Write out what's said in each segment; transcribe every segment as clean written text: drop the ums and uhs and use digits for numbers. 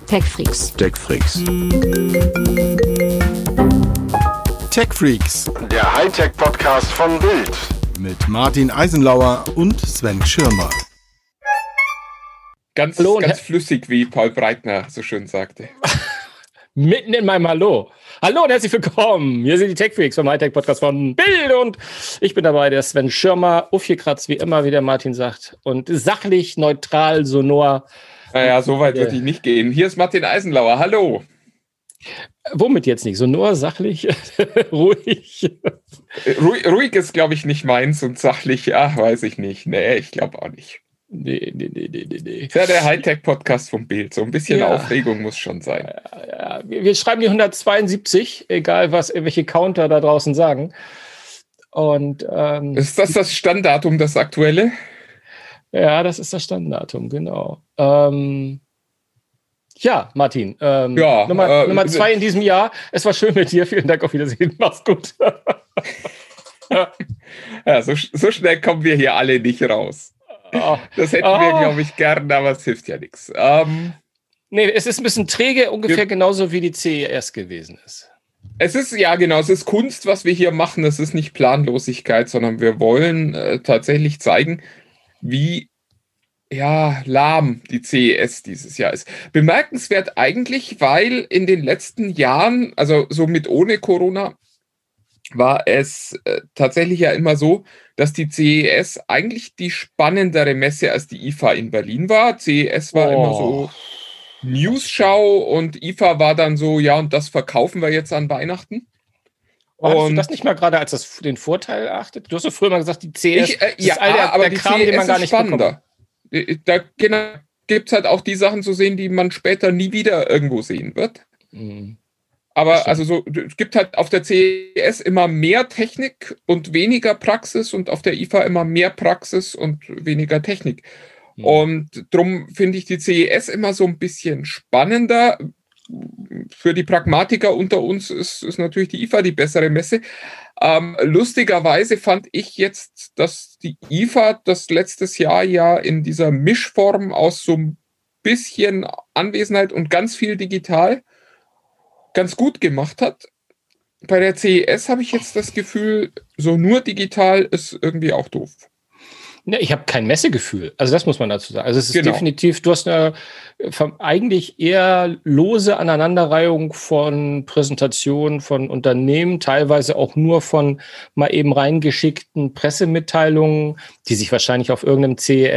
TechFreaks. TechFreaks. Der Hightech-Podcast von Bild. Mit Martin Eisenlauer und Sven Schirmer. Ganz flüssig, wie Paul Breitner so schön sagte. Mitten in meinem Hallo. Hallo und herzlich willkommen. Hier sind die TechFreaks vom Hightech-Podcast von Bild und ich bin dabei, der Sven Schirmer, Uffjekratz, wie immer, wie der Martin sagt, und sachlich, neutral, sonor. Naja, so weit würde ich nicht gehen. Hier ist Martin Eisenlauer. Hallo. Womit jetzt nicht? Sonor, sachlich, ruhig? Ruhig ist, glaube ich, nicht meins und sachlich, ja, weiß ich nicht. Nee, ich glaube auch nicht. Nee. Ist ja der Hightech-Podcast vom Bild. So ein bisschen Aufregung muss schon sein. Ja. Wir schreiben die 172, egal was irgendwelche Counter da draußen sagen. Und ist das Standdatum, das aktuelle? Ja, das ist das Standdatum, genau. Ja, Martin, Nummer 2 in diesem Jahr. Es war schön mit dir. Vielen Dank, auf Wiedersehen. Mach's gut. Ja, so schnell kommen wir hier alle nicht raus. Das hätten wir, glaube ich, gern, aber es hilft ja nichts. Nee, es ist ein bisschen träge, ungefähr genauso wie die CES gewesen ist. Es ist Kunst, was wir hier machen. Es ist nicht Planlosigkeit, sondern wir wollen tatsächlich zeigen, wie lahm die CES dieses Jahr ist. Bemerkenswert eigentlich, weil in den letzten Jahren, also so mit ohne Corona, war es tatsächlich ja immer so, dass die CES eigentlich die spannendere Messe als die IFA in Berlin war. CES war immer so News-Schau und IFA war dann so, und das verkaufen wir jetzt an Weihnachten. Hast du das nicht mal gerade als den Vorteil erachtet? Du hast doch früher mal gesagt, die CES ist der Kram, den man gar nicht spannender bekommt. Da gibt es halt auch die Sachen zu sehen, die man später nie wieder irgendwo sehen wird. Aber es gibt halt auf der CES immer mehr Technik und weniger Praxis und auf der IFA immer mehr Praxis und weniger Technik. Und darum finde ich die CES immer so ein bisschen spannender. Für die Pragmatiker unter uns ist natürlich die IFA die bessere Messe. Lustigerweise fand ich jetzt, dass die IFA das letztes Jahr ja in dieser Mischform aus so ein bisschen Anwesenheit und ganz viel digital ganz gut gemacht hat. Bei der CES habe ich jetzt das Gefühl, so nur digital ist irgendwie auch doof. Ne, ich habe kein Messegefühl. Also das muss man dazu sagen. Also es ist definitiv, du hast eine eigentlich eher lose Aneinanderreihung von Präsentationen von Unternehmen, teilweise auch nur von mal eben reingeschickten Pressemitteilungen, die sich wahrscheinlich auf irgendeinem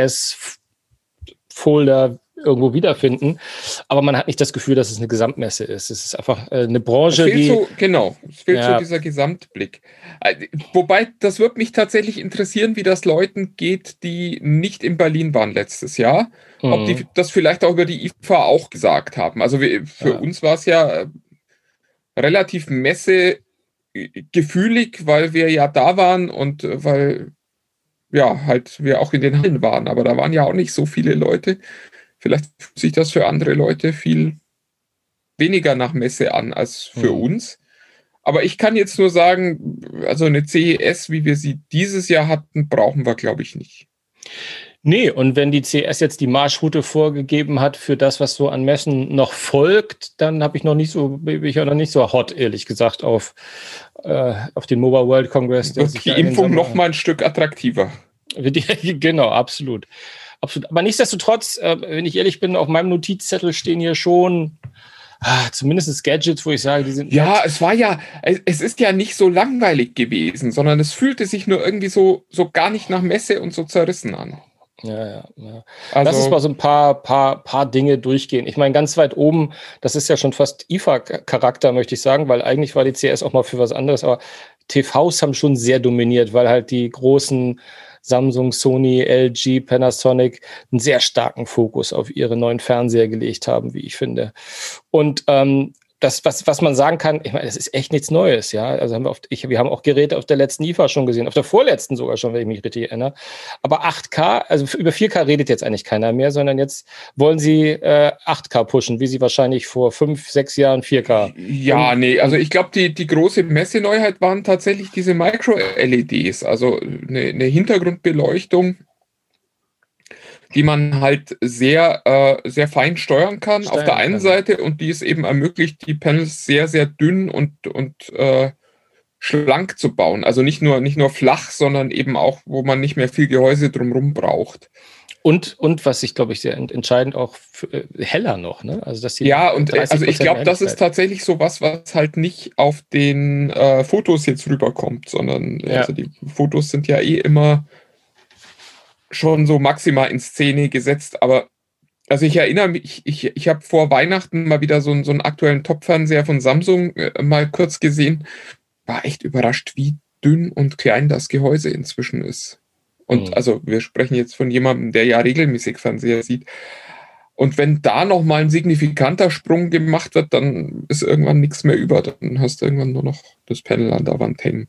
CES-Folder irgendwo wiederfinden, aber man hat nicht das Gefühl, dass es eine Gesamtmesse ist. Es ist einfach eine Branche, es fehlt so dieser Gesamtblick. Wobei, das würde mich tatsächlich interessieren, wie das Leuten geht, die nicht in Berlin waren letztes Jahr, ob die das vielleicht auch über die IFA auch gesagt haben. Also für uns war es ja relativ messegefühlig, weil wir ja da waren und weil wir auch in den Hallen waren, aber da waren ja auch nicht so viele Leute. Vielleicht fühlt sich das für andere Leute viel weniger nach Messe an als für uns. Aber ich kann jetzt nur sagen, also eine CES, wie wir sie dieses Jahr hatten, brauchen wir, glaube ich, nicht. Nee, und wenn die CES jetzt die Marschroute vorgegeben hat für das, was so an Messen noch folgt, dann bin ich ja noch nicht so hot, ehrlich gesagt, auf den Mobile World Congress. Wird die Impfung noch mal ein Stück attraktiver. Genau, absolut. Absolut. Aber nichtsdestotrotz, wenn ich ehrlich bin, auf meinem Notizzettel stehen hier schon zumindest Gadgets, wo ich sage, die sind... Ja, es ist ja nicht so langweilig gewesen, sondern es fühlte sich nur irgendwie so gar nicht nach Messe und so zerrissen an. Ja. Also, lass uns mal so ein paar Dinge durchgehen. Ich meine, ganz weit oben, das ist ja schon fast IFA-Charakter, möchte ich sagen, weil eigentlich war die CES auch mal für was anderes, aber TVs haben schon sehr dominiert, weil halt die großen Samsung, Sony, LG, Panasonic einen sehr starken Fokus auf ihre neuen Fernseher gelegt haben, wie ich finde. Und das, was man sagen kann, ich meine, das ist echt nichts Neues, ja. Also wir haben auch Geräte auf der letzten IFA schon gesehen, auf der vorletzten sogar schon, wenn ich mich richtig erinnere. Aber 8K, also über 4K redet jetzt eigentlich keiner mehr, sondern jetzt wollen sie 8K pushen, wie sie wahrscheinlich vor 5, 6 Jahren 4K. Ja, also ich glaube, die große Messeneuheit waren tatsächlich diese Micro-LEDs, also eine Hintergrundbeleuchtung, die man halt sehr, sehr fein steuern kann auf der einen Seite und die es eben ermöglicht, die Panels sehr, sehr dünn und schlank zu bauen. Also nicht nur flach, sondern eben auch, wo man nicht mehr viel Gehäuse drumherum braucht. Und was ich, glaube ich, sehr entscheidend auch heller noch, ne? Also dass die also ich glaube, das ist tatsächlich so was halt nicht auf den Fotos jetzt rüberkommt, sondern also die Fotos sind ja immer schon so maximal in Szene gesetzt, aber also ich erinnere mich, ich habe vor Weihnachten mal wieder so einen aktuellen Top-Fernseher von Samsung mal kurz gesehen, war echt überrascht, wie dünn und klein das Gehäuse inzwischen ist. Und also wir sprechen jetzt von jemandem, der ja regelmäßig Fernseher sieht. Und wenn da nochmal ein signifikanter Sprung gemacht wird, dann ist irgendwann nichts mehr über. Dann hast du irgendwann nur noch das Panel an der Wand hängen.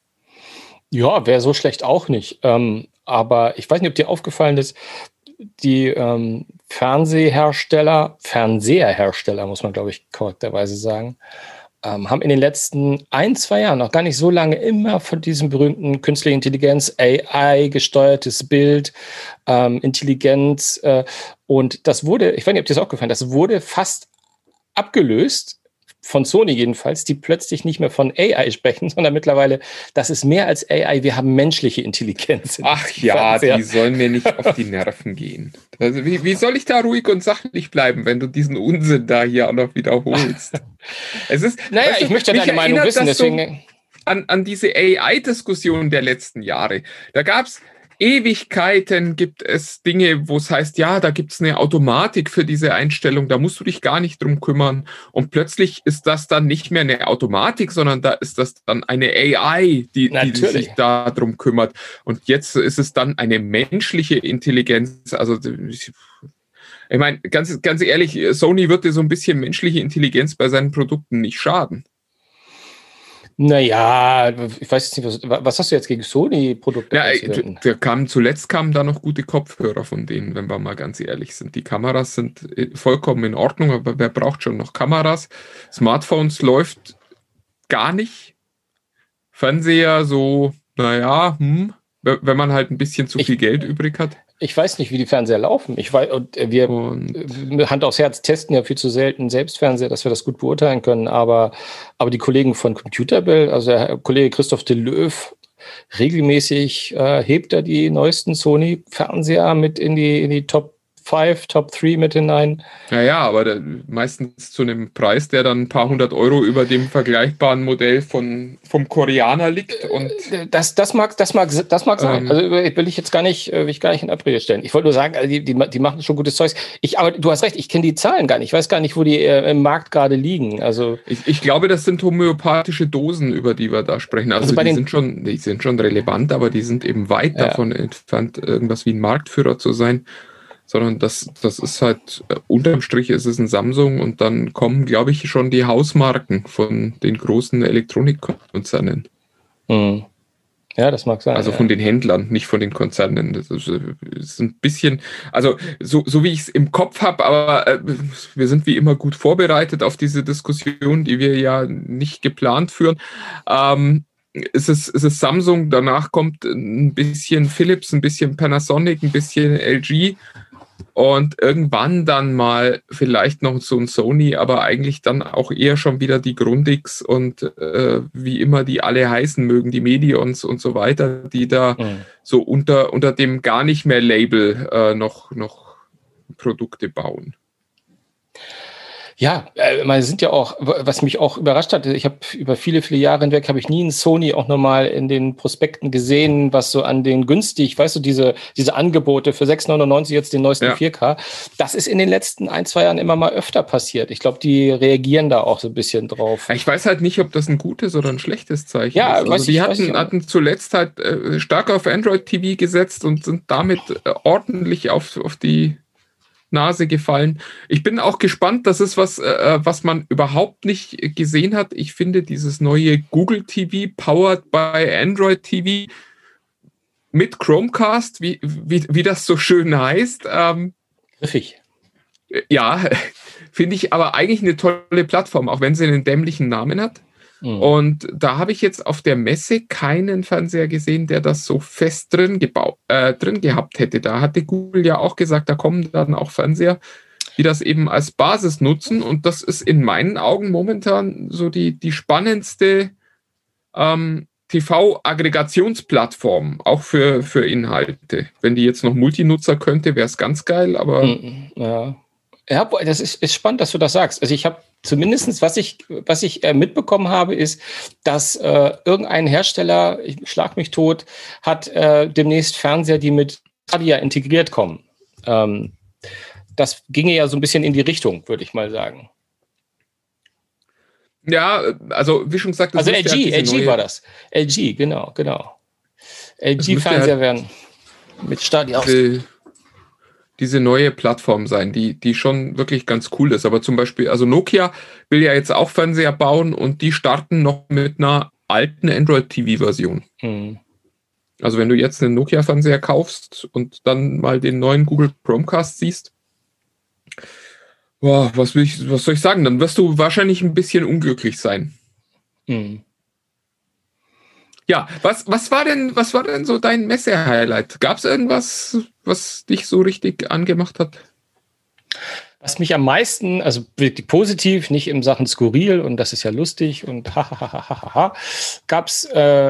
Ja, wäre so schlecht auch nicht. Aber ich weiß nicht, ob dir aufgefallen ist, die Fernseherhersteller, muss man, glaube ich, korrekterweise sagen, haben in den letzten 1-2 Jahren, noch gar nicht so lange, immer von diesem berühmten künstliche Intelligenz, AI, gesteuertes Bild, Intelligenz und das wurde, ich weiß nicht, ob dir das aufgefallen ist, das wurde fast abgelöst, von Sony jedenfalls, die plötzlich nicht mehr von AI sprechen, sondern mittlerweile, das ist mehr als AI, wir haben menschliche Intelligenz. Ach ja, die sollen mir nicht auf die Nerven gehen. Also wie soll ich da ruhig und sachlich bleiben, wenn du diesen Unsinn da hier auch noch wiederholst? Ich möchte deine Meinung wissen, deswegen... An diese AI-Diskussion der letzten Jahre. Da gab es Ewigkeiten, gibt es Dinge, wo es heißt, ja, da gibt es eine Automatik für diese Einstellung, da musst du dich gar nicht drum kümmern. Und plötzlich ist das dann nicht mehr eine Automatik, sondern da ist das dann eine AI, die sich da drum kümmert. Und jetzt ist es dann eine menschliche Intelligenz. Also ich meine, ganz ehrlich, Sony würde so ein bisschen menschliche Intelligenz bei seinen Produkten nicht schaden. Naja, ich weiß jetzt nicht, was hast du jetzt gegen Sony-Produkte? Ja, zuletzt kamen da noch gute Kopfhörer von denen, wenn wir mal ganz ehrlich sind. Die Kameras sind vollkommen in Ordnung, aber wer braucht schon noch Kameras? Smartphones läuft gar nicht. Fernseher so, wenn man halt ein bisschen zu viel Geld übrig hat. Ich weiß nicht, wie die Fernseher laufen. Wir Hand aufs Herz testen ja viel zu selten Selbstfernseher, dass wir das gut beurteilen können. Aber die Kollegen von Computerbild, also der Kollege Christoph de Löw, regelmäßig hebt er die neuesten Sony-Fernseher mit in die Top 5, Top 3 mit hinein. Naja, aber meistens zu einem Preis, der dann ein paar hundert Euro über dem vergleichbaren Modell vom Koreaner liegt. Und das mag sein. Also will ich gar nicht in Abrede stellen. Ich wollte nur sagen, die machen schon gutes Zeug. Aber du hast recht, ich kenne die Zahlen gar nicht. Ich weiß gar nicht, wo die im Markt gerade liegen. Also ich glaube, das sind homöopathische Dosen, über die wir da sprechen. Also die sind schon relevant, aber die sind eben weit davon entfernt, irgendwas wie ein Marktführer zu sein. Sondern das ist halt, unterm Strich ist es ein Samsung und dann kommen, glaube ich, schon die Hausmarken von den großen Elektronikkonzernen. Mhm. Ja, das mag sein. Also von den Händlern, nicht von den Konzernen. Das ist ein bisschen, also so wie ich es im Kopf habe, aber wir sind wie immer gut vorbereitet auf diese Diskussion, die wir ja nicht geplant führen. Es ist Samsung, danach kommt ein bisschen Philips, ein bisschen Panasonic, ein bisschen LG und irgendwann dann mal vielleicht noch so ein Sony, aber eigentlich dann auch eher schon wieder die Grundix und wie immer die alle heißen mögen, die Medions und so weiter, die da so unter dem gar nicht mehr Label noch Produkte bauen. Ja, sind ja auch, was mich auch überrascht hat, ich habe über viele, viele Jahre hinweg, habe ich nie einen Sony auch nochmal in den Prospekten gesehen, was so an den günstig, weißt du, diese Angebote für 6,99 jetzt den neuesten 4K, das ist in den letzten 1-2 Jahren immer mal öfter passiert. Ich glaube, die reagieren da auch so ein bisschen drauf. Ich weiß halt nicht, ob das ein gutes oder ein schlechtes Zeichen ist. Also die hatten zuletzt halt stark auf Android TV gesetzt und sind damit ordentlich auf die Nase gefallen. Ich bin auch gespannt, das ist was man überhaupt nicht gesehen hat. Ich finde dieses neue Google TV, powered by Android TV, mit Chromecast, wie das so schön heißt. Griffig. Ja, finde ich aber eigentlich eine tolle Plattform, auch wenn sie einen dämlichen Namen hat. Und da habe ich jetzt auf der Messe keinen Fernseher gesehen, der das so fest drin gehabt hätte. Da hatte Google ja auch gesagt, da kommen dann auch Fernseher, die das eben als Basis nutzen. Und das ist in meinen Augen momentan so die spannendste TV-Aggregationsplattform, auch für Inhalte. Wenn die jetzt noch Multinutzer könnte, wäre es ganz geil, aber... Ja, das ist spannend, dass du das sagst. Also ich habe zumindest, was ich mitbekommen habe, ist, dass irgendein Hersteller, ich schlag mich tot, hat demnächst Fernseher, die mit Stadia integriert kommen. Das ginge ja so ein bisschen in die Richtung, würde ich mal sagen. Ja, also wie schon gesagt, also LG war das. LG, genau. LG-Fernseher werden mit Stadia diese neue Plattform sein, die schon wirklich ganz cool ist. Aber zum Beispiel, also Nokia will ja jetzt auch Fernseher bauen und die starten noch mit einer alten Android-TV-Version. Also wenn du jetzt einen Nokia-Fernseher kaufst und dann mal den neuen Google Chromecast siehst, boah, was soll ich sagen? Dann wirst du wahrscheinlich ein bisschen unglücklich sein. Ja, was war denn so dein Messe-Highlight? Gab es irgendwas, was dich so richtig angemacht hat? Was mich am meisten, also wirklich positiv, nicht in Sachen skurril und das ist ja lustig und gab es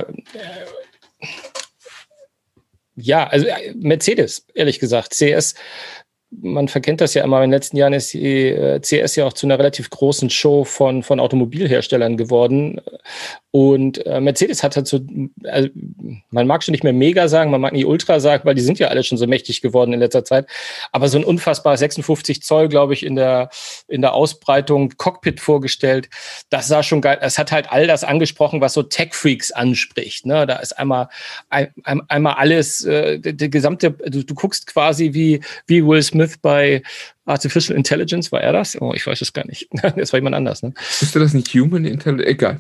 also Mercedes, ehrlich gesagt, CS. Man verkennt das ja immer, in den letzten Jahren ist die CS ja auch zu einer relativ großen Show von Automobilherstellern geworden. Und Mercedes hat halt so, also man mag schon nicht mehr Mega sagen, man mag nicht Ultra sagen, weil die sind ja alle schon so mächtig geworden in letzter Zeit. Aber so ein unfassbar 56 Zoll, glaube ich, in der Ausbreitung Cockpit vorgestellt. Das sah schon geil. Es hat halt all das angesprochen, was so Tech-Freaks anspricht. Ne? Da ist einmal alles, der gesamte, du guckst quasi wie Will Smith bei Artificial Intelligence, war er das? Oh, ich weiß es gar nicht. Das war jemand anders, ne? Ist das nicht Human Intelligence? Egal.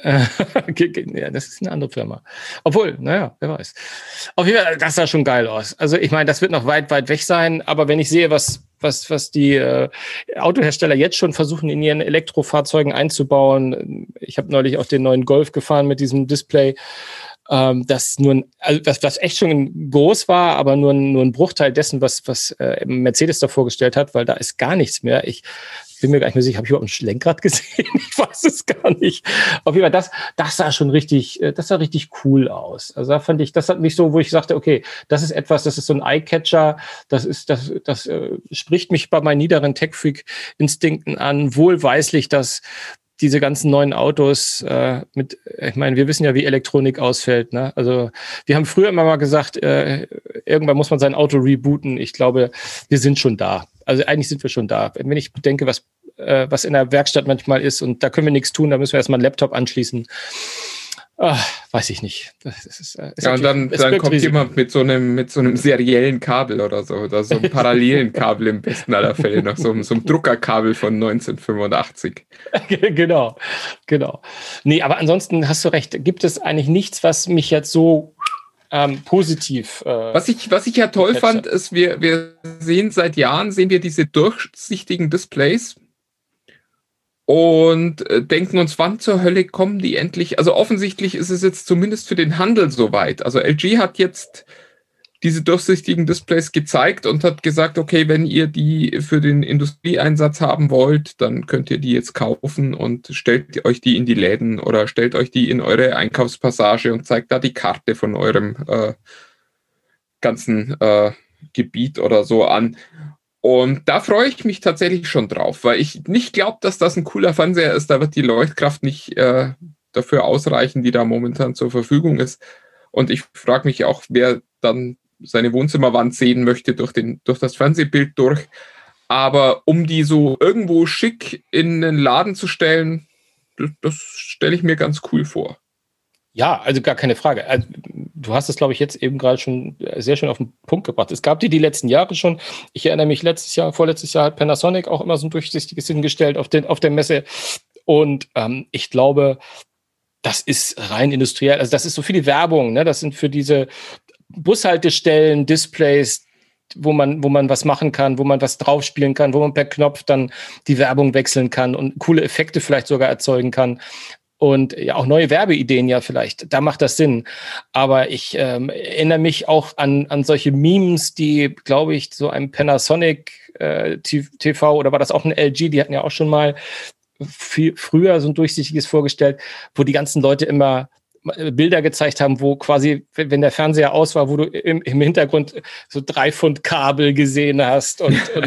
Ja, das ist eine andere Firma. Obwohl, naja, wer weiß. Auf jeden Fall, das sah schon geil aus. Also ich meine, das wird noch weit, weit weg sein, aber wenn ich sehe, was die Autohersteller jetzt schon versuchen, in ihren Elektrofahrzeugen einzubauen, ich habe neulich auch den neuen Golf gefahren mit diesem Display, das echt schon groß war, aber nur ein Bruchteil dessen, was Mercedes da vorgestellt hat, weil da ist gar nichts mehr. Ich bin mir gar nicht mehr sicher, habe ich überhaupt ein Lenkrad gesehen? Ich weiß es gar nicht. Auf jeden Fall, das sah schon richtig, das sah richtig cool aus. Also da fand ich, das hat mich so, wo ich sagte, okay, das ist etwas, das ist so ein Eye-Catcher, das spricht mich bei meinen niederen Tech-Freak-Instinkten an, wohlweislich, dass diese ganzen neuen Autos ich meine, wir wissen ja, wie Elektronik ausfällt, ne? Also wir haben früher immer mal gesagt, irgendwann muss man sein Auto rebooten. Ich glaube, wir sind schon da. Also eigentlich sind wir schon da. Wenn ich bedenke, was in der Werkstatt manchmal ist und da können wir nichts tun, da müssen wir erstmal einen Laptop anschließen. Weiß ich nicht. Das ist ja, und dann kommt jemand mit so einem seriellen Kabel oder so einem parallelen Kabel im besten aller Fälle, noch so einem Druckerkabel von 1985. Genau. Nee, aber ansonsten hast du recht. Gibt es eigentlich nichts, was mich jetzt so positiv... Was ich ja toll fand, ist, wir sehen seit Jahren diese durchsichtigen Displays und denken uns, wann zur Hölle kommen die endlich? Also offensichtlich ist es jetzt zumindest für den Handel soweit. Also LG hat jetzt diese durchsichtigen Displays gezeigt und hat gesagt, okay, wenn ihr die für den Industrieeinsatz haben wollt, dann könnt ihr die jetzt kaufen und stellt euch die in die Läden oder stellt euch die in eure Einkaufspassage und zeigt da die Karte von eurem ganzen Gebiet oder so an. Und da freue ich mich tatsächlich schon drauf, weil ich nicht glaube, dass das ein cooler Fernseher ist. Da wird die Leuchtkraft nicht dafür ausreichen, die da momentan zur Verfügung ist. Und ich frage mich auch, wer dann seine Wohnzimmerwand sehen möchte durch das Fernsehbild durch. Aber um die so irgendwo schick in einen Laden zu stellen, das stelle ich mir ganz cool vor. Ja, also gar keine Frage. Also, du hast es, glaube ich, jetzt eben gerade schon sehr schön auf den Punkt gebracht. Es gab die letzten Jahre schon. Ich erinnere mich, vorletztes Jahr hat Panasonic auch immer so ein durchsichtiges hingestellt auf der Messe. Und ich glaube, das ist rein industriell. Also das ist so viel Werbung, ne? Das sind für diese Bushaltestellen, Displays, wo man was machen kann, wo man was draufspielen kann, wo man per Knopf dann die Werbung wechseln kann und coole Effekte vielleicht sogar erzeugen kann. und ja auch neue Werbeideen ja vielleicht. Da macht das Sinn. Aber ich erinnere mich auch an solche Memes, die, glaube ich, so ein Panasonic TV oder war das auch ein LG, die hatten ja auch schon mal früher so ein durchsichtiges vorgestellt, wo die ganzen Leute immer Bilder gezeigt haben, wo quasi, wenn der Fernseher aus war, wo du im Hintergrund so 3 Pfund Kabel gesehen hast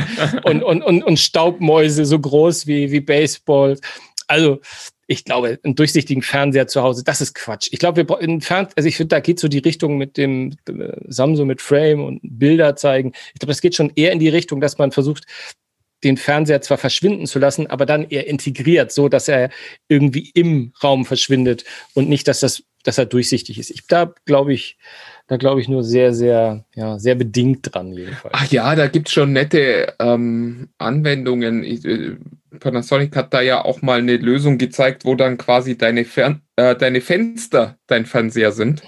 und Staubmäuse so groß wie Baseball. Also ich glaube, einen durchsichtigen Fernseher zu Hause, das ist Quatsch. Ich glaube, ich finde, da geht so die Richtung mit dem Samsung mit Frame und Bilder zeigen. Ich glaube, das geht schon eher in die Richtung, dass man versucht, den Fernseher zwar verschwinden zu lassen, aber dann eher integriert, so dass er irgendwie im Raum verschwindet und nicht, dass er durchsichtig ist. Da glaube ich nur sehr, sehr, sehr bedingt dran jedenfalls. Ach ja, da gibt es schon nette Anwendungen. Panasonic hat da ja auch mal eine Lösung gezeigt, wo dann quasi deine Fenster dein Fernseher sind.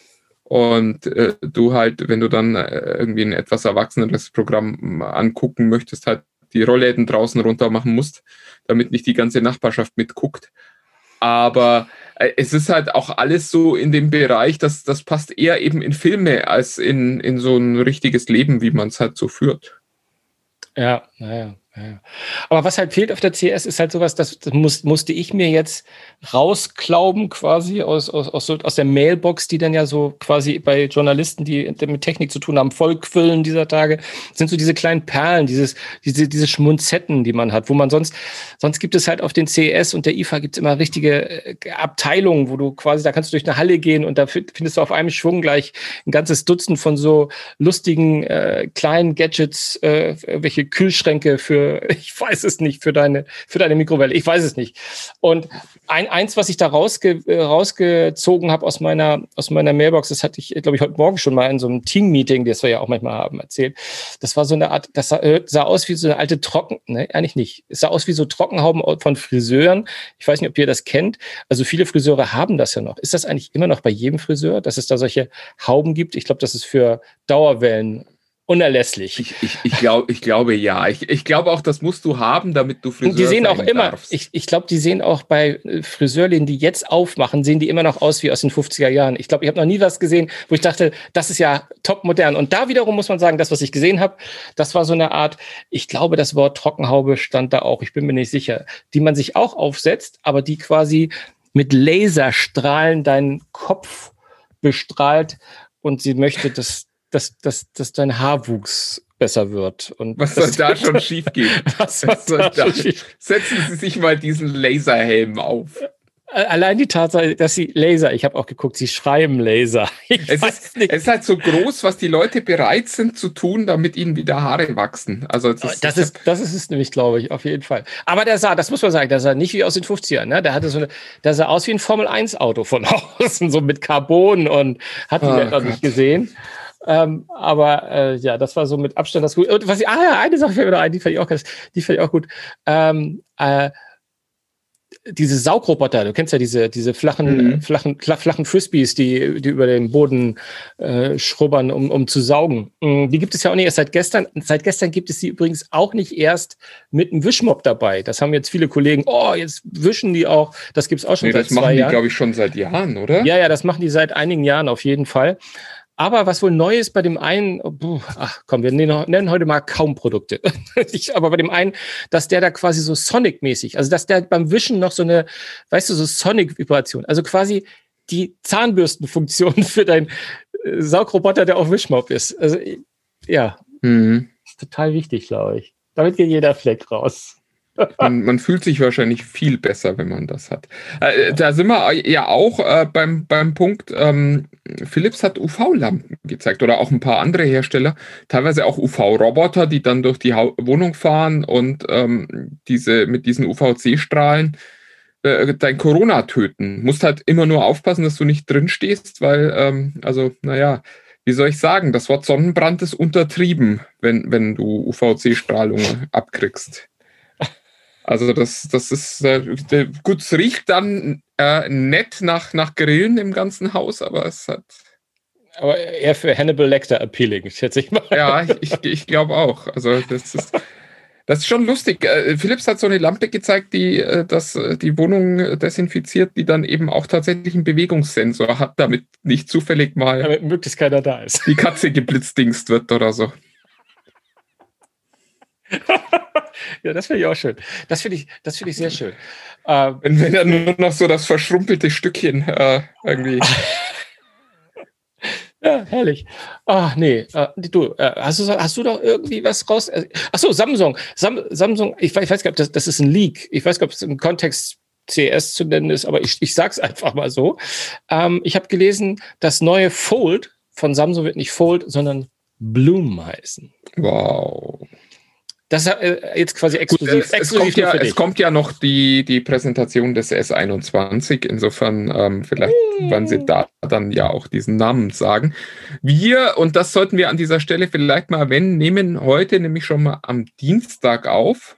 Und du halt, wenn du dann irgendwie ein etwas erwachseneres Programm angucken möchtest, halt die Rollläden draußen runter machen musst, damit nicht die ganze Nachbarschaft mitguckt. Aber es ist halt auch alles so in dem Bereich, das passt eher eben in Filme als in so ein richtiges Leben, wie man es halt so führt. Ja. Aber was halt fehlt auf der CES ist halt sowas, das musste ich mir jetzt rausklauben quasi aus der Mailbox, die dann ja so quasi bei Journalisten, die mit Technik zu tun haben, vollquillen dieser Tage, sind so diese kleinen Perlen, diese Schmunzetten, die man hat, wo man sonst gibt es halt auf den CES und der IFA gibt es immer richtige Abteilungen, wo du quasi, da kannst du durch eine Halle gehen und da findest du auf einem Schwung gleich ein ganzes Dutzend von so lustigen kleinen Gadgets, welche Kühlschränke ich weiß es nicht, für deine Mikrowelle. Ich weiß es nicht. Und eins, was ich da rausgezogen habe aus meiner Mailbox, das hatte ich, glaube ich, heute Morgen schon mal in so einem Team-Meeting, das wir ja auch manchmal haben, erzählt. Das war so eine Art, das sah aus wie so eine alte eigentlich nicht. Es sah aus wie so Trockenhauben von Friseuren. Ich weiß nicht, ob ihr das kennt. Also viele Friseure haben das ja noch. Ist das eigentlich immer noch bei jedem Friseur, dass es da solche Hauben gibt? Ich glaube, das ist für Dauerwellen unerlässlich. Ich glaube ja. Ich glaube auch, das musst du haben, damit du Friseur und die sehen auch immer, darfst. Ich glaube, die sehen auch bei Friseurläden, die jetzt aufmachen, sehen die immer noch aus wie aus den 50er Jahren. Ich glaube, ich habe noch nie was gesehen, wo ich dachte, das ist ja top modern. Und da wiederum muss man sagen, das, was ich gesehen habe, das war so eine Art, ich glaube, das Wort Trockenhaube stand da auch, ich bin mir nicht sicher, die man sich auch aufsetzt, aber die quasi mit Laserstrahlen deinen Kopf bestrahlt und sie möchte, dass dein Haarwuchs besser wird. Und was soll da schon schief gehen? Setzen Sie sich mal diesen Laserhelm auf. Allein die Tatsache, dass sie Laser, ich habe auch geguckt, sie schreiben Laser. Es ist halt so groß, was die Leute bereit sind zu tun, damit ihnen wieder Haare wachsen. Also das ist es nämlich, glaube ich, auf jeden Fall. Aber das muss man sagen, der sah nicht wie aus den 50ern. Ne? Der sah aus wie ein Formel-1-Auto von außen, so mit Carbon und hat ihn noch nicht gesehen. Aber das war so mit Abstand das gut. Und eine Sache fällt mir noch ein, die fand ich auch gut. Diese Saugroboter, du kennst ja diese flachen Frisbees, die über den Boden schrubbern, um zu saugen. Die gibt es ja auch nicht erst seit gestern. Seit gestern gibt es die übrigens auch nicht erst mit einem Wischmopp dabei. Das haben jetzt viele Kollegen, jetzt wischen die auch. Das gibt es auch schon seit 2 Jahren. Das machen die, glaube ich, schon seit Jahren, oder? Ja, das machen die seit einigen Jahren auf jeden Fall. Aber was wohl neu ist bei dem einen, wir nennen heute mal kaum Produkte. Aber bei dem einen, dass der da quasi so Sonic-mäßig, also dass der beim Wischen noch so eine, so Sonic-Vibration, also quasi die Zahnbürstenfunktion für deinen Saugroboter, der auch Wischmopp ist. Also ja, ist total wichtig, glaube ich. Damit geht jeder Fleck raus. Man fühlt sich wahrscheinlich viel besser, wenn man das hat. Da sind wir ja auch beim Punkt, Philips hat UV-Lampen gezeigt oder auch ein paar andere Hersteller, teilweise auch UV-Roboter, die dann durch die Wohnung fahren und mit diesen UVC-Strahlen dein Corona töten. Musst halt immer nur aufpassen, dass du nicht drin stehst, weil, wie soll ich sagen, das Wort Sonnenbrand ist untertrieben, wenn du UVC-Strahlung abkriegst. Also das ist gut, es riecht dann nett nach Grillen im ganzen Haus, aber es hat... Aber eher für Hannibal Lecter appealing, schätze ich mal. Ja, ich glaube auch. Also das ist... Das ist schon lustig. Philips hat so eine Lampe gezeigt, die die Wohnung desinfiziert, die dann eben auch tatsächlich einen Bewegungssensor hat, damit nicht zufällig mal damit möglichst keiner da ist. Die Katze geblitzdingst wird oder so. Ja, das finde ich auch schön. Das finde ich sehr schön. Wenn dann nur noch so das verschrumpelte Stückchen irgendwie. Ja, herrlich. Nee. Du, hast du doch irgendwie was raus? Achso, Samsung. Samsung, ich weiß gar nicht, ob das ist ein Leak. Ich weiß gar nicht, ob es im Kontext CS zu nennen ist, aber ich sag's einfach mal so. Ich habe gelesen, das neue Fold von Samsung wird nicht Fold, sondern Bloom heißen. Wow. Das ist jetzt quasi exklusiv. Gut, es kommt ja noch die Präsentation des S21. Insofern vielleicht werden sie da dann ja auch diesen Namen sagen. Wir, und das sollten wir an dieser Stelle vielleicht mal erwähnen, nehmen heute nämlich schon mal am Dienstag auf,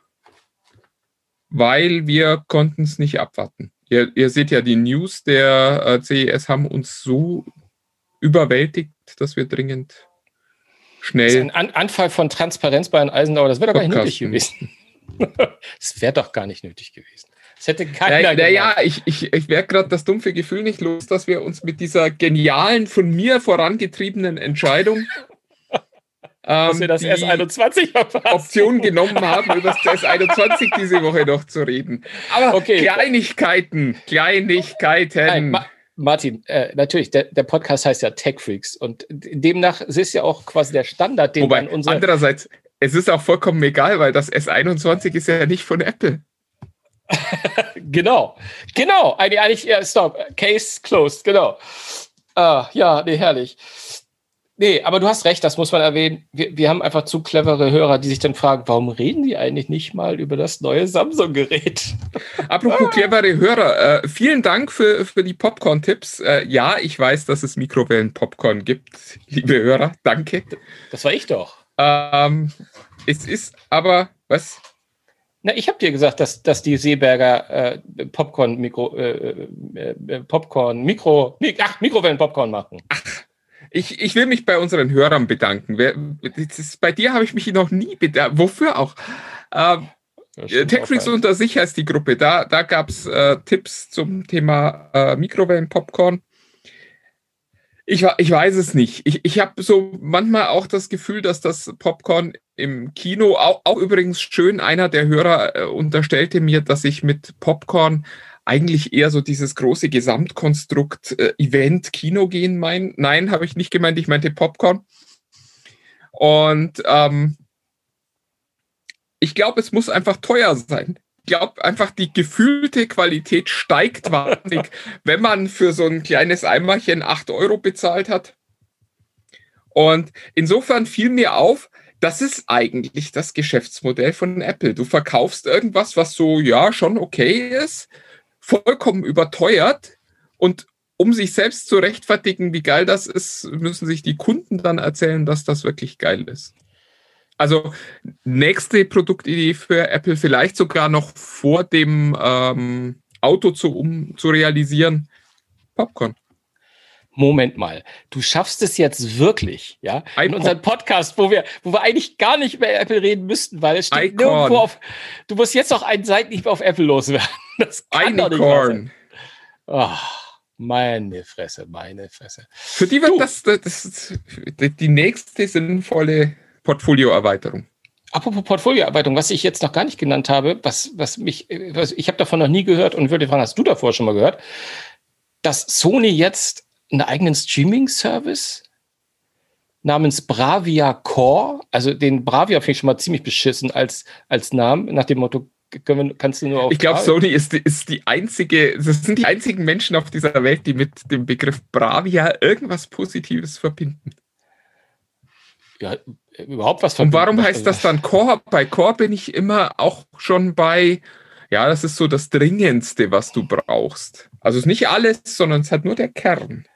weil wir konnten es nicht abwarten. Ihr seht ja, die News der CES haben uns so überwältigt, dass wir dringend schnell... Das ist ein Anfall von Transparenz bei Herrn Eisenauer, das wäre doch gar nicht nötig gewesen. Das wäre doch gar nicht nötig gewesen. Das hätte keiner gemacht. Ja, ich werde gerade das dumpfe Gefühl nicht los, dass wir uns mit dieser genialen, von mir vorangetriebenen Entscheidung dass wir das S21 verpassen. Option genommen haben, über das S21 diese Woche noch zu reden. Aber okay. Kleinigkeiten. Nein, Martin, natürlich, der Podcast heißt ja Tech Freaks und demnach ist ja auch quasi der Standard, den Wobei, andererseits, es ist auch vollkommen egal, weil das S21 ist ja nicht von Apple. Genau. Eigentlich, ja, stop. Case closed, genau. Ja, nee, herrlich. Nee, aber du hast recht, das muss man erwähnen. Wir haben einfach zu clevere Hörer, die sich dann fragen, warum reden die eigentlich nicht mal über das neue Samsung-Gerät? Apropos clevere Hörer, vielen Dank für die Popcorn-Tipps. Ja, ich weiß, dass es Mikrowellen-Popcorn gibt, liebe Hörer, danke. Das war ich doch. Es ist aber, was? Na, ich habe dir gesagt, dass die Seeberger Mikrowellen-Popcorn machen. Ach. Ich will mich bei unseren Hörern bedanken. Bei dir habe ich mich noch nie bedankt. Wofür auch? Tech Freaks unter sich heißt die Gruppe. Da gab es Tipps zum Thema Mikrowellen-Popcorn. Ich weiß es nicht. Ich habe so manchmal auch das Gefühl, dass das Popcorn im Kino, auch übrigens schön, einer der Hörer unterstellte mir, dass ich mit Popcorn eigentlich eher so dieses große Gesamtkonstrukt Event Kino gehen meine. Nein, habe ich nicht gemeint, ich meinte Popcorn. Und ich glaube, es muss einfach teuer sein. Ich glaube einfach, die gefühlte Qualität steigt wahnsinnig, wenn man für so ein kleines Eimerchen 8 € bezahlt hat. Und insofern fiel mir auf, das ist eigentlich das Geschäftsmodell von Apple. Du verkaufst irgendwas, was so, ja, schon okay ist, vollkommen überteuert, und um sich selbst zu rechtfertigen, wie geil das ist, müssen sich die Kunden dann erzählen, dass das wirklich geil ist. Also nächste Produktidee für Apple, vielleicht sogar noch vor dem Auto zu realisieren, Popcorn. Moment mal, du schaffst es jetzt wirklich, ja? In unserem Podcast, wo wir eigentlich gar nicht über Apple reden müssten, weil es steht nirgendwo auf. Du musst jetzt noch einen Seitenhieb auf Apple loswerden. Das kann doch nicht wahr sein. Oh, meine Fresse. Für die wird das die nächste sinnvolle Portfolioerweiterung. Apropos Portfolioerweiterung, was ich jetzt noch gar nicht genannt habe, ich habe davon noch nie gehört und würde fragen, hast du davor schon mal gehört, dass Sony jetzt einen eigenen Streaming-Service namens Bravia Core, also den Bravia finde ich schon mal ziemlich beschissen als Namen, nach dem Motto, kannst du nur auf... Ich glaube, Sony ist die einzige, das sind die einzigen Menschen auf dieser Welt, die mit dem Begriff Bravia irgendwas Positives verbinden. Ja, überhaupt was verbinden. Und warum heißt das dann Core? Bei Core bin ich immer auch schon bei, ja, das ist so das Dringendste, was du brauchst. Also es ist nicht alles, sondern es hat nur der Kern.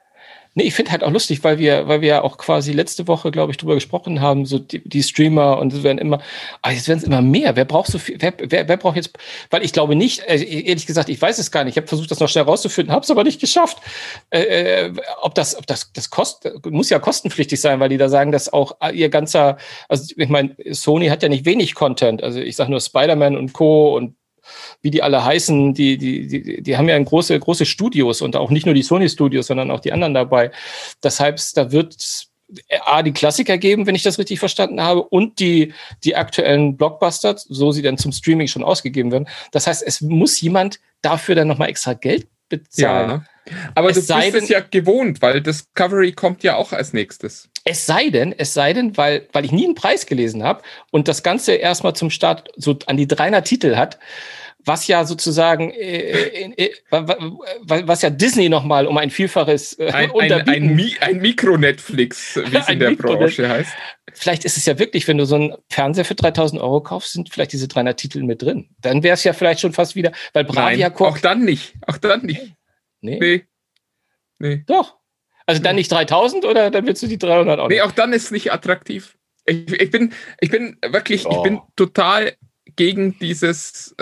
Nee, ich finde halt auch lustig, weil wir ja auch quasi letzte Woche, glaube ich, drüber gesprochen haben, so die Streamer und es werden immer, jetzt werden es immer mehr. Wer braucht so viel, wer braucht jetzt, weil ich glaube nicht, ehrlich gesagt, ich weiß es gar nicht. Ich habe versucht, das noch schnell rauszufinden, habe es aber nicht geschafft. Ob das kostet, muss ja kostenpflichtig sein, weil die da sagen, dass auch ihr ganzer, also ich meine, Sony hat ja nicht wenig Content. Also ich sage nur Spider-Man und Co. und wie die alle heißen, die haben ja große Studios und auch nicht nur die Sony-Studios, sondern auch die anderen dabei. Deshalb, da wird die Klassiker geben, wenn ich das richtig verstanden habe, und die aktuellen Blockbuster, so sie dann zum Streaming schon ausgegeben werden. Das heißt, es muss jemand dafür dann nochmal extra Geld bezahlen. Ja, aber du bist es ja gewohnt, weil Discovery kommt ja auch als nächstes. Es sei denn, weil ich nie einen Preis gelesen habe und das Ganze erstmal zum Start so an die 300 Titel hat, was ja sozusagen, was ja Disney nochmal um ein Vielfaches ein Mikro-Netflix, wie es in der Branche heißt. Vielleicht ist es ja wirklich, wenn du so einen Fernseher für 3.000 € kaufst, sind vielleicht diese 300 Titel mit drin. Dann wäre es ja vielleicht schon fast wieder, weil Bravia auch dann nicht. Nee. Doch. Also dann nicht 3.000 oder dann willst du die 300 auch nicht? Nee, auch dann ist es nicht attraktiv. Ich bin total gegen dieses,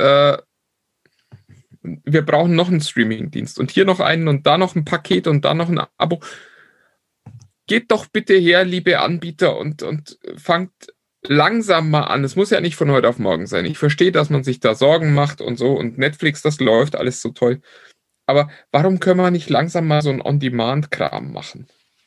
wir brauchen noch einen Streaming-Dienst und hier noch einen und da noch ein Paket und da noch ein Abo. Geht doch bitte her, liebe Anbieter, und fangt langsam mal an. Es muss ja nicht von heute auf morgen sein. Ich verstehe, dass man sich da Sorgen macht und so, und Netflix, das läuft alles so toll. Aber warum können wir nicht langsam mal so einen On-Demand-Kram machen?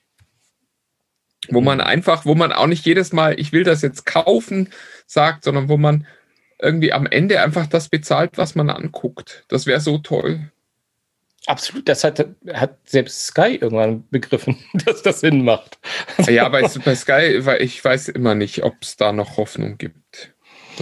Wo man auch nicht jedes Mal, ich will das jetzt kaufen, sagt, sondern wo man irgendwie am Ende einfach das bezahlt, was man anguckt. Das wäre so toll. Absolut, das hat selbst Sky irgendwann begriffen, dass das Sinn macht. Ja, bei Sky, weil ich weiß immer nicht, ob es da noch Hoffnung gibt.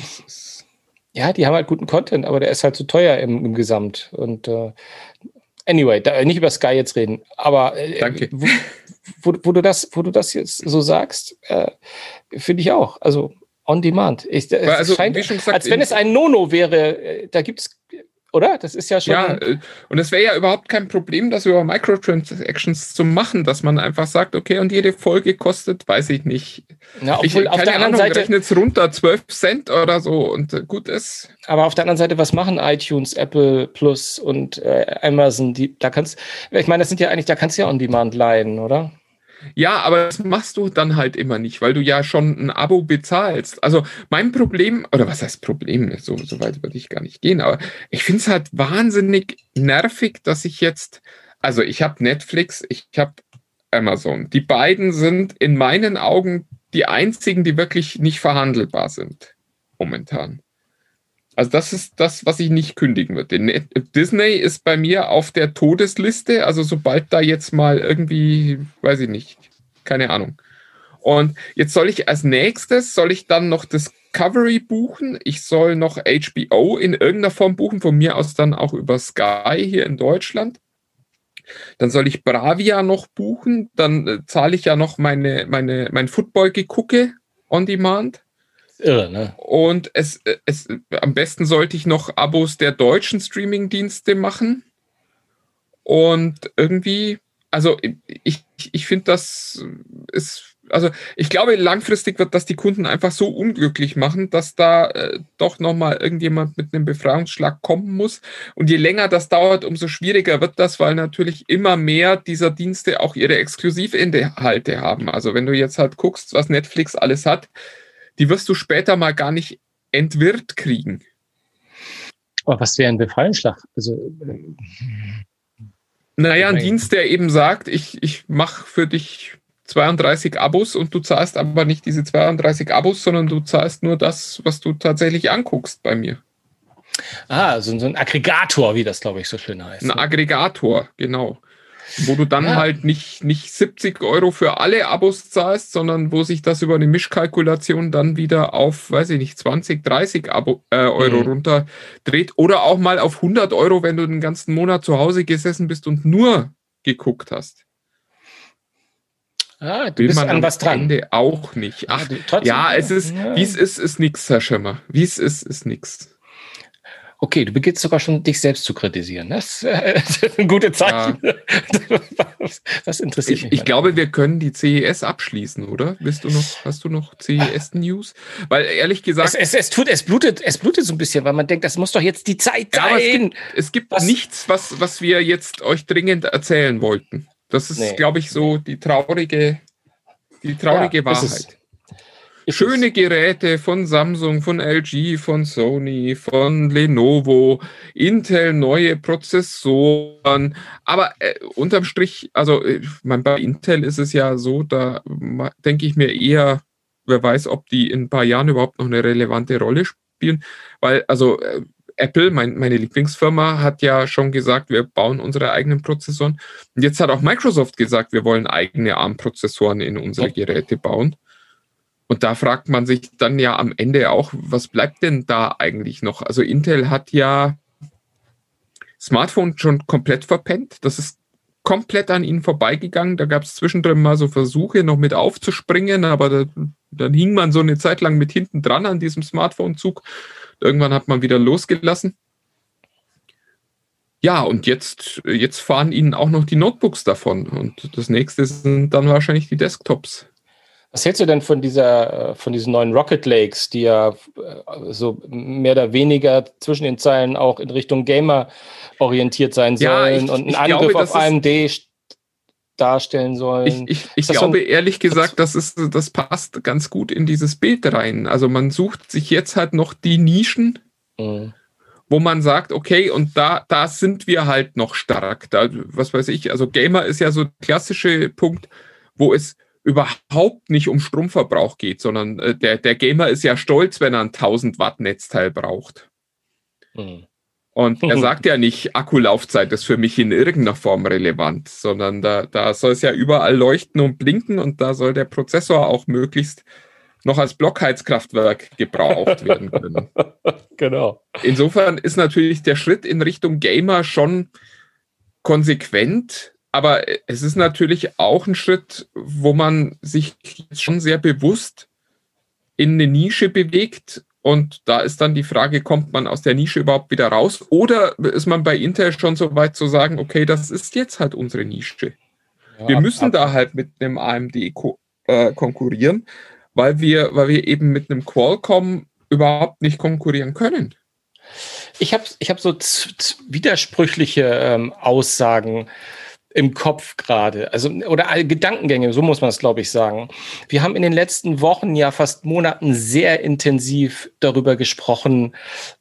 Ja, die haben halt guten Content, aber der ist halt zu teuer im Gesamt. Und anyway, nicht über Sky jetzt reden, aber danke. Wo du das jetzt so sagst, finde ich auch. Also on demand. Es scheint, wie schon gesagt, als wenn es ein No-No wäre. Da gibt es, oder? Das ist ja schon. Ja, und es wäre ja überhaupt kein Problem, das über Microtransactions zu machen, dass man einfach sagt, okay, und jede Folge kostet, weiß ich nicht. Ja, obwohl auf der anderen Seite rechnet es runter, 12 Cent oder so, und gut ist. Aber auf der anderen Seite, was machen iTunes, Apple Plus und Amazon? Da kannst du ja on demand leihen, oder? Ja, aber das machst du dann halt immer nicht, weil du ja schon ein Abo bezahlst. Also mein Problem, oder was heißt Problem, so weit würde ich gar nicht gehen, aber ich finde es halt wahnsinnig nervig, dass ich habe Netflix, ich habe Amazon. Die beiden sind in meinen Augen die einzigen, die wirklich nicht verhandelbar sind momentan. Also das ist das, was ich nicht kündigen würde. Disney ist bei mir auf der Todesliste, also sobald da jetzt mal irgendwie, weiß ich nicht, keine Ahnung. Und jetzt soll ich dann noch Discovery buchen, ich soll noch HBO in irgendeiner Form buchen, von mir aus dann auch über Sky hier in Deutschland. Dann soll ich Bravia noch buchen, dann zahle ich ja noch mein Football-Gegucke on Demand. Irre, ne? Und am besten sollte ich noch Abos der deutschen Streaming-Dienste machen. Und irgendwie, also ich finde, das ist, also ich glaube, langfristig wird das die Kunden einfach so unglücklich machen, dass da doch nochmal irgendjemand mit einem Befreiungsschlag kommen muss. Und je länger das dauert, umso schwieriger wird das, weil natürlich immer mehr dieser Dienste auch ihre Exklusivinhalte haben. Also wenn du jetzt halt guckst, was Netflix alles hat, die wirst du später mal gar nicht entwirrt kriegen. Aber was wäre ein Befreiungsschlag? Naja, ein Dienst, der eben sagt, ich mache für dich 32 Abos und du zahlst aber nicht diese 32 Abos, sondern du zahlst nur das, was du tatsächlich anguckst bei mir. So ein Aggregator, wie das, glaube ich, so schön heißt. Ein Aggregator, genau. Wo du dann halt nicht 70 € für alle Abos zahlst, sondern wo sich das über eine Mischkalkulation dann wieder auf, weiß ich nicht, 20, 30 Euro runterdreht. Oder auch mal auf 100 €, wenn du den ganzen Monat zu Hause gesessen bist und nur geguckt hast. Du bist an was dran. Ende auch nicht. Wie es ist nix, Herr Schirmer. Wie es ist nix. Okay, du beginnst sogar schon, dich selbst zu kritisieren. Das ist ein gutes Zeichen. Ja. Das interessiert mich. Ich glaube, wir können die CES abschließen, oder? Hast du noch CES-News? Weil ehrlich gesagt... Es blutet so ein bisschen, weil man denkt, das muss doch jetzt die Zeit sein. Aber es gibt nichts, was wir jetzt euch dringend erzählen wollten. Das ist, glaube ich, so die traurige Wahrheit. Schöne Geräte von Samsung, von LG, von Sony, von Lenovo, Intel, neue Prozessoren. Aber unterm Strich, also bei Intel ist es ja so, da denke ich mir eher, wer weiß, ob die in ein paar Jahren überhaupt noch eine relevante Rolle spielen. Weil, Apple, meine Lieblingsfirma, hat ja schon gesagt, wir bauen unsere eigenen Prozessoren. Und jetzt hat auch Microsoft gesagt, wir wollen eigene ARM-Prozessoren in unsere Geräte bauen. Und da fragt man sich dann ja am Ende auch, was bleibt denn da eigentlich noch? Also Intel hat ja Smartphone schon komplett verpennt. Das ist komplett an ihnen vorbeigegangen. Da gab es zwischendrin mal so Versuche, noch mit aufzuspringen, aber dann hing man so eine Zeit lang mit hinten dran an diesem Smartphone-Zug. Irgendwann hat man wieder losgelassen. Ja, und jetzt fahren ihnen auch noch die Notebooks davon. Und das nächste sind dann wahrscheinlich die Desktops. Was hältst du denn von diesen neuen Rocket Lakes, die ja so mehr oder weniger zwischen den Zeilen auch in Richtung Gamer orientiert sein sollen und einen Angriff auf AMD darstellen sollen? Ich glaube, ehrlich gesagt, das passt ganz gut in dieses Bild rein. Also man sucht sich jetzt halt noch die Nischen, wo man sagt, okay, und da sind wir halt noch stark. Da, was weiß ich, also Gamer ist ja so der klassische Punkt, wo es überhaupt nicht um Stromverbrauch geht, sondern der Gamer ist ja stolz, wenn er ein 1000 Watt Netzteil braucht. Und er sagt ja nicht, Akkulaufzeit ist für mich in irgendeiner Form relevant, sondern da soll es ja überall leuchten und blinken und da soll der Prozessor auch möglichst noch als Blockheizkraftwerk gebraucht werden können. Genau. Insofern ist natürlich der Schritt in Richtung Gamer schon konsequent, aber es ist natürlich auch ein Schritt, wo man sich schon sehr bewusst in eine Nische bewegt. Und da ist dann die Frage, kommt man aus der Nische überhaupt wieder raus? Oder ist man bei Intel schon so weit zu sagen, okay, das ist jetzt halt unsere Nische. Ja, wir müssen da halt mit einem AMD konkurrieren, weil wir eben mit einem Qualcomm überhaupt nicht konkurrieren können. Ich hab so widersprüchliche Aussagen im Kopf gerade, oder Gedankengänge, so muss man es, glaube ich, sagen. Wir haben in den letzten Wochen, ja fast Monaten sehr intensiv darüber gesprochen,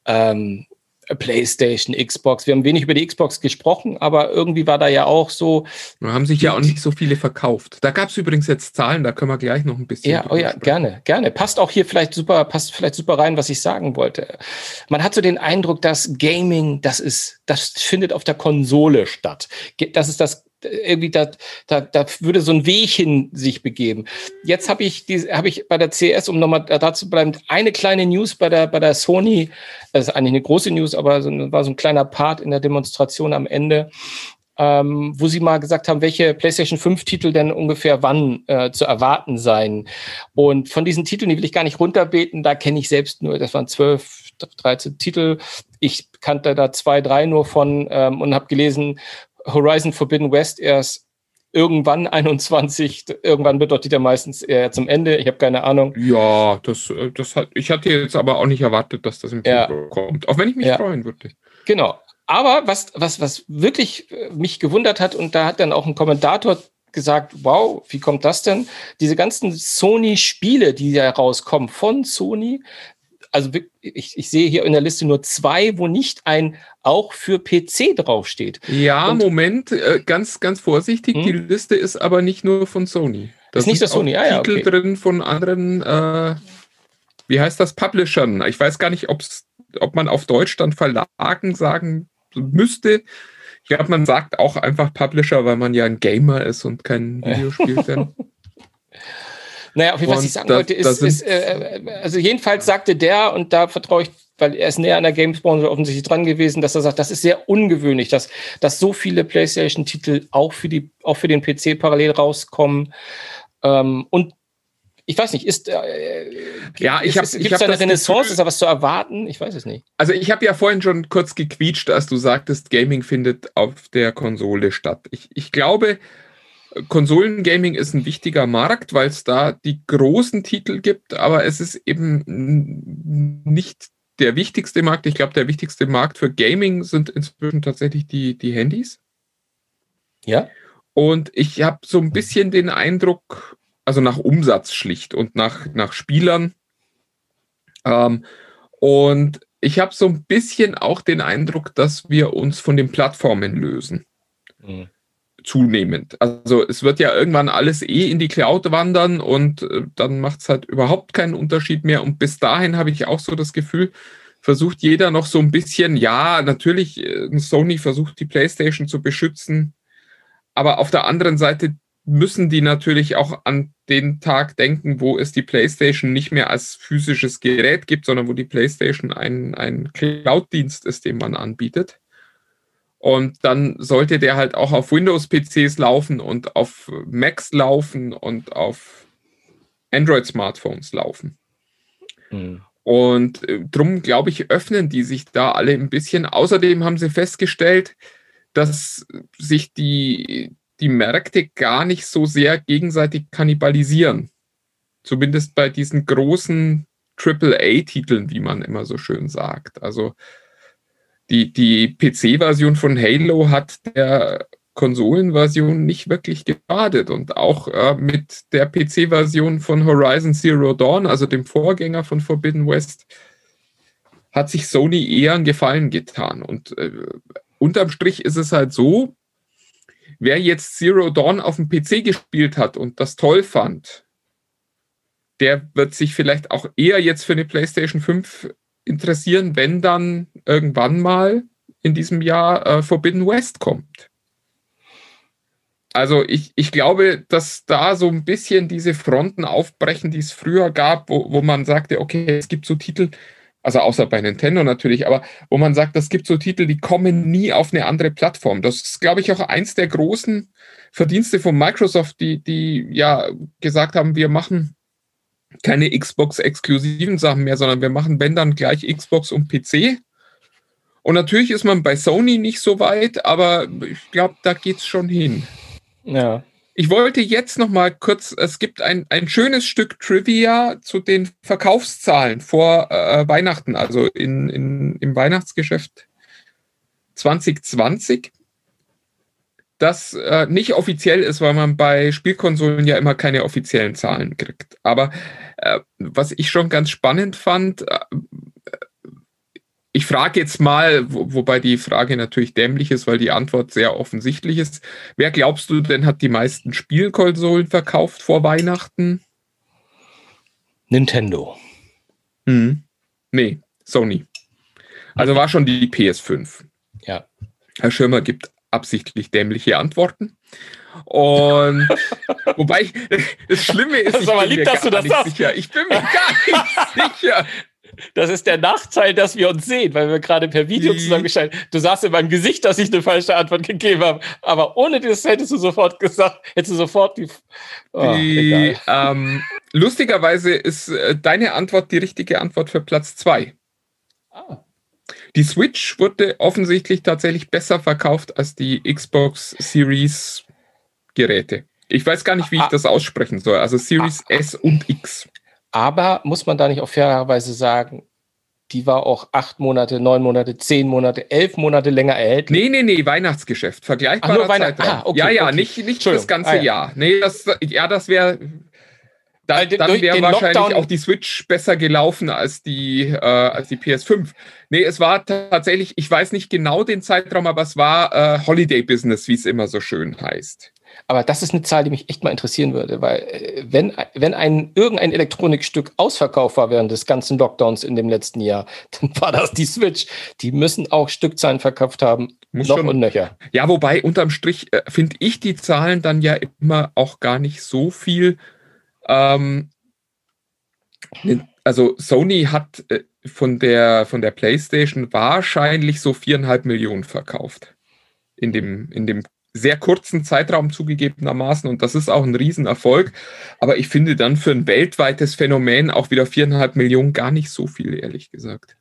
PlayStation, Xbox. Wir haben wenig über die Xbox gesprochen, aber irgendwie war da ja auch so... Da haben sich ja auch nicht so viele verkauft. Da gab es übrigens jetzt Zahlen, da können wir gleich noch ein bisschen... Ja, gerne. Passt auch hier vielleicht super rein, was ich sagen wollte. Man hat so den Eindruck, dass Gaming, das findet auf der Konsole statt. Das ist das irgendwie, da würde so ein Weg hin sich begeben. Jetzt habe ich bei der CES, um nochmal da zu bleiben, eine kleine News bei der Sony, das ist eigentlich eine große News, aber war so ein kleiner Part in der Demonstration am Ende, wo sie mal gesagt haben, welche PlayStation 5 Titel denn ungefähr wann zu erwarten seien. Und von diesen Titeln, die will ich gar nicht runterbeten, da kenne ich selbst nur, das waren 12, 13 Titel. Ich kannte da 2, 3 nur von und habe gelesen, Horizon Forbidden West erst irgendwann 21, irgendwann bedeutet ja meistens eher zum Ende, ich habe keine Ahnung. Ja, ich hatte jetzt aber auch nicht erwartet, dass das im Februar kommt, auch wenn ich mich freuen würde. Genau, aber was wirklich mich gewundert hat, und da hat dann auch ein Kommentator gesagt, wow, wie kommt das denn? Diese ganzen Sony-Spiele, die ja rauskommen von Sony, also ich sehe hier in der Liste nur 2, wo nicht ein auch für PC draufsteht. Ja, und Moment, ganz, ganz vorsichtig, die Liste ist aber nicht nur von Sony. Das ist nicht das Sony, Titel drin von anderen, wie heißt das, Publishern. Ich weiß gar nicht, ob man auf Deutsch dann Verlagen sagen müsste. Ich glaube, man sagt auch einfach Publisher, weil man ja ein Gamer ist und kein Videospielfan. Naja, auf jeden Fall, was ich sagen wollte, ist also jedenfalls sagte der, und da vertraue ich, weil er ist näher an der Games-Branche offensichtlich dran gewesen, dass er sagt, das ist sehr ungewöhnlich, dass so viele PlayStation-Titel auch für den PC parallel rauskommen. Und ich weiß nicht, gibt es eine Renaissance, ist da was zu erwarten? Ich weiß es nicht. Also ich habe ja vorhin schon kurz gequietscht, als du sagtest, Gaming findet auf der Konsole statt. Ich glaube, Konsolengaming ist ein wichtiger Markt, weil es da die großen Titel gibt, aber es ist eben nicht der wichtigste Markt. Ich glaube, der wichtigste Markt für Gaming sind inzwischen tatsächlich die Handys. Ja. Und ich habe so ein bisschen den Eindruck, also nach Umsatz schlicht und nach Spielern. Und ich habe so ein bisschen auch den Eindruck, dass wir uns von den Plattformen lösen. Mhm. Zunehmend. Also es wird ja irgendwann alles in die Cloud wandern und dann macht es halt überhaupt keinen Unterschied mehr. Und bis dahin habe ich auch so das Gefühl, versucht jeder noch so ein bisschen, ja, natürlich, Sony versucht die PlayStation zu beschützen, aber auf der anderen Seite müssen die natürlich auch an den Tag denken, wo es die PlayStation nicht mehr als physisches Gerät gibt, sondern wo die PlayStation ein Cloud-Dienst ist, den man anbietet. Und dann sollte der halt auch auf Windows-PCs laufen und auf Macs laufen und auf Android-Smartphones laufen. Mhm. Und drum, glaube ich, öffnen die sich da alle ein bisschen. Außerdem haben sie festgestellt, dass sich die Märkte gar nicht so sehr gegenseitig kannibalisieren. Zumindest bei diesen großen AAA-Titeln, wie man immer so schön sagt. Also die PC-Version von Halo hat der Konsolenversion nicht wirklich geschadet. Und auch mit der PC-Version von Horizon Zero Dawn, also dem Vorgänger von Forbidden West, hat sich Sony eher einen Gefallen getan. Und unterm Strich ist es halt so, wer jetzt Zero Dawn auf dem PC gespielt hat und das toll fand, der wird sich vielleicht auch eher jetzt für eine PlayStation 5 interessieren, wenn dann irgendwann mal in diesem Jahr Forbidden West kommt. Also ich glaube, dass da so ein bisschen diese Fronten aufbrechen, die es früher gab, wo man sagte, okay, es gibt so Titel, also außer bei Nintendo natürlich, aber wo man sagt, es gibt so Titel, die kommen nie auf eine andere Plattform. Das ist, glaube ich, auch eins der großen Verdienste von Microsoft, die ja gesagt haben, wir machen keine Xbox-exklusiven Sachen mehr, sondern wir machen, wenn dann gleich Xbox und PC. Und natürlich ist man bei Sony nicht so weit, aber ich glaube, da geht's schon hin. Ja. Ich wollte jetzt noch mal kurz, es gibt ein schönes Stück Trivia zu den Verkaufszahlen vor Weihnachten, also im Weihnachtsgeschäft 2020. Das nicht offiziell ist, weil man bei Spielkonsolen ja immer keine offiziellen Zahlen kriegt. Aber was ich schon ganz spannend fand, ich frage jetzt mal, wobei die Frage natürlich dämlich ist, weil die Antwort sehr offensichtlich ist. Wer glaubst du denn hat die meisten Spielkonsolen verkauft vor Weihnachten? Nintendo. Nee, Sony. Also war schon die PS5. Ja. Herr Schirmer gibt absichtlich dämliche Antworten. Und wobei das Schlimme ist, das ist aber lieb, dass du das sagst. Sicher. Ich bin mir gar nicht sicher. Das ist der Nachteil, dass wir uns sehen, weil wir gerade per Video zusammengestellt haben. Du sahst in meinem Gesicht, dass ich eine falsche Antwort gegeben habe. Aber ohne das hättest du sofort gesagt, hättest du sofort lustigerweise ist deine Antwort die richtige Antwort für Platz 2. Die Switch wurde offensichtlich tatsächlich besser verkauft als die Xbox Series Geräte. Ich weiß gar nicht, wie ich das aussprechen soll. Also Series S und X. Aber muss man da nicht auch fairerweise sagen, die war auch 8 Monate, 9 Monate, 10 Monate, 11 Monate länger erhältlich? Nee, Weihnachtsgeschäft. Vergleichbarer Zeitraum. Okay, ja, okay. Nicht das ganze Jahr. Nee, das wäre... Dann wäre wahrscheinlich Lockdown auch die Switch besser gelaufen als die PS5. Nee, es war tatsächlich, ich weiß nicht genau den Zeitraum, aber es war Holiday Business, wie es immer so schön heißt. Aber das ist eine Zahl, die mich echt mal interessieren würde, weil wenn irgendein Elektronikstück ausverkauft war während des ganzen Lockdowns in dem letzten Jahr, dann war das die Switch. Die müssen auch Stückzahlen verkauft haben, und nöcher. Ja, wobei unterm Strich finde ich die Zahlen dann ja immer auch gar nicht so viel. Also Sony hat von der PlayStation wahrscheinlich so 4,5 Millionen verkauft in dem sehr kurzen Zeitraum zugegebenermaßen und das ist auch ein Riesenerfolg. Aber ich finde dann für ein weltweites Phänomen auch wieder 4,5 Millionen gar nicht so viel, ehrlich gesagt.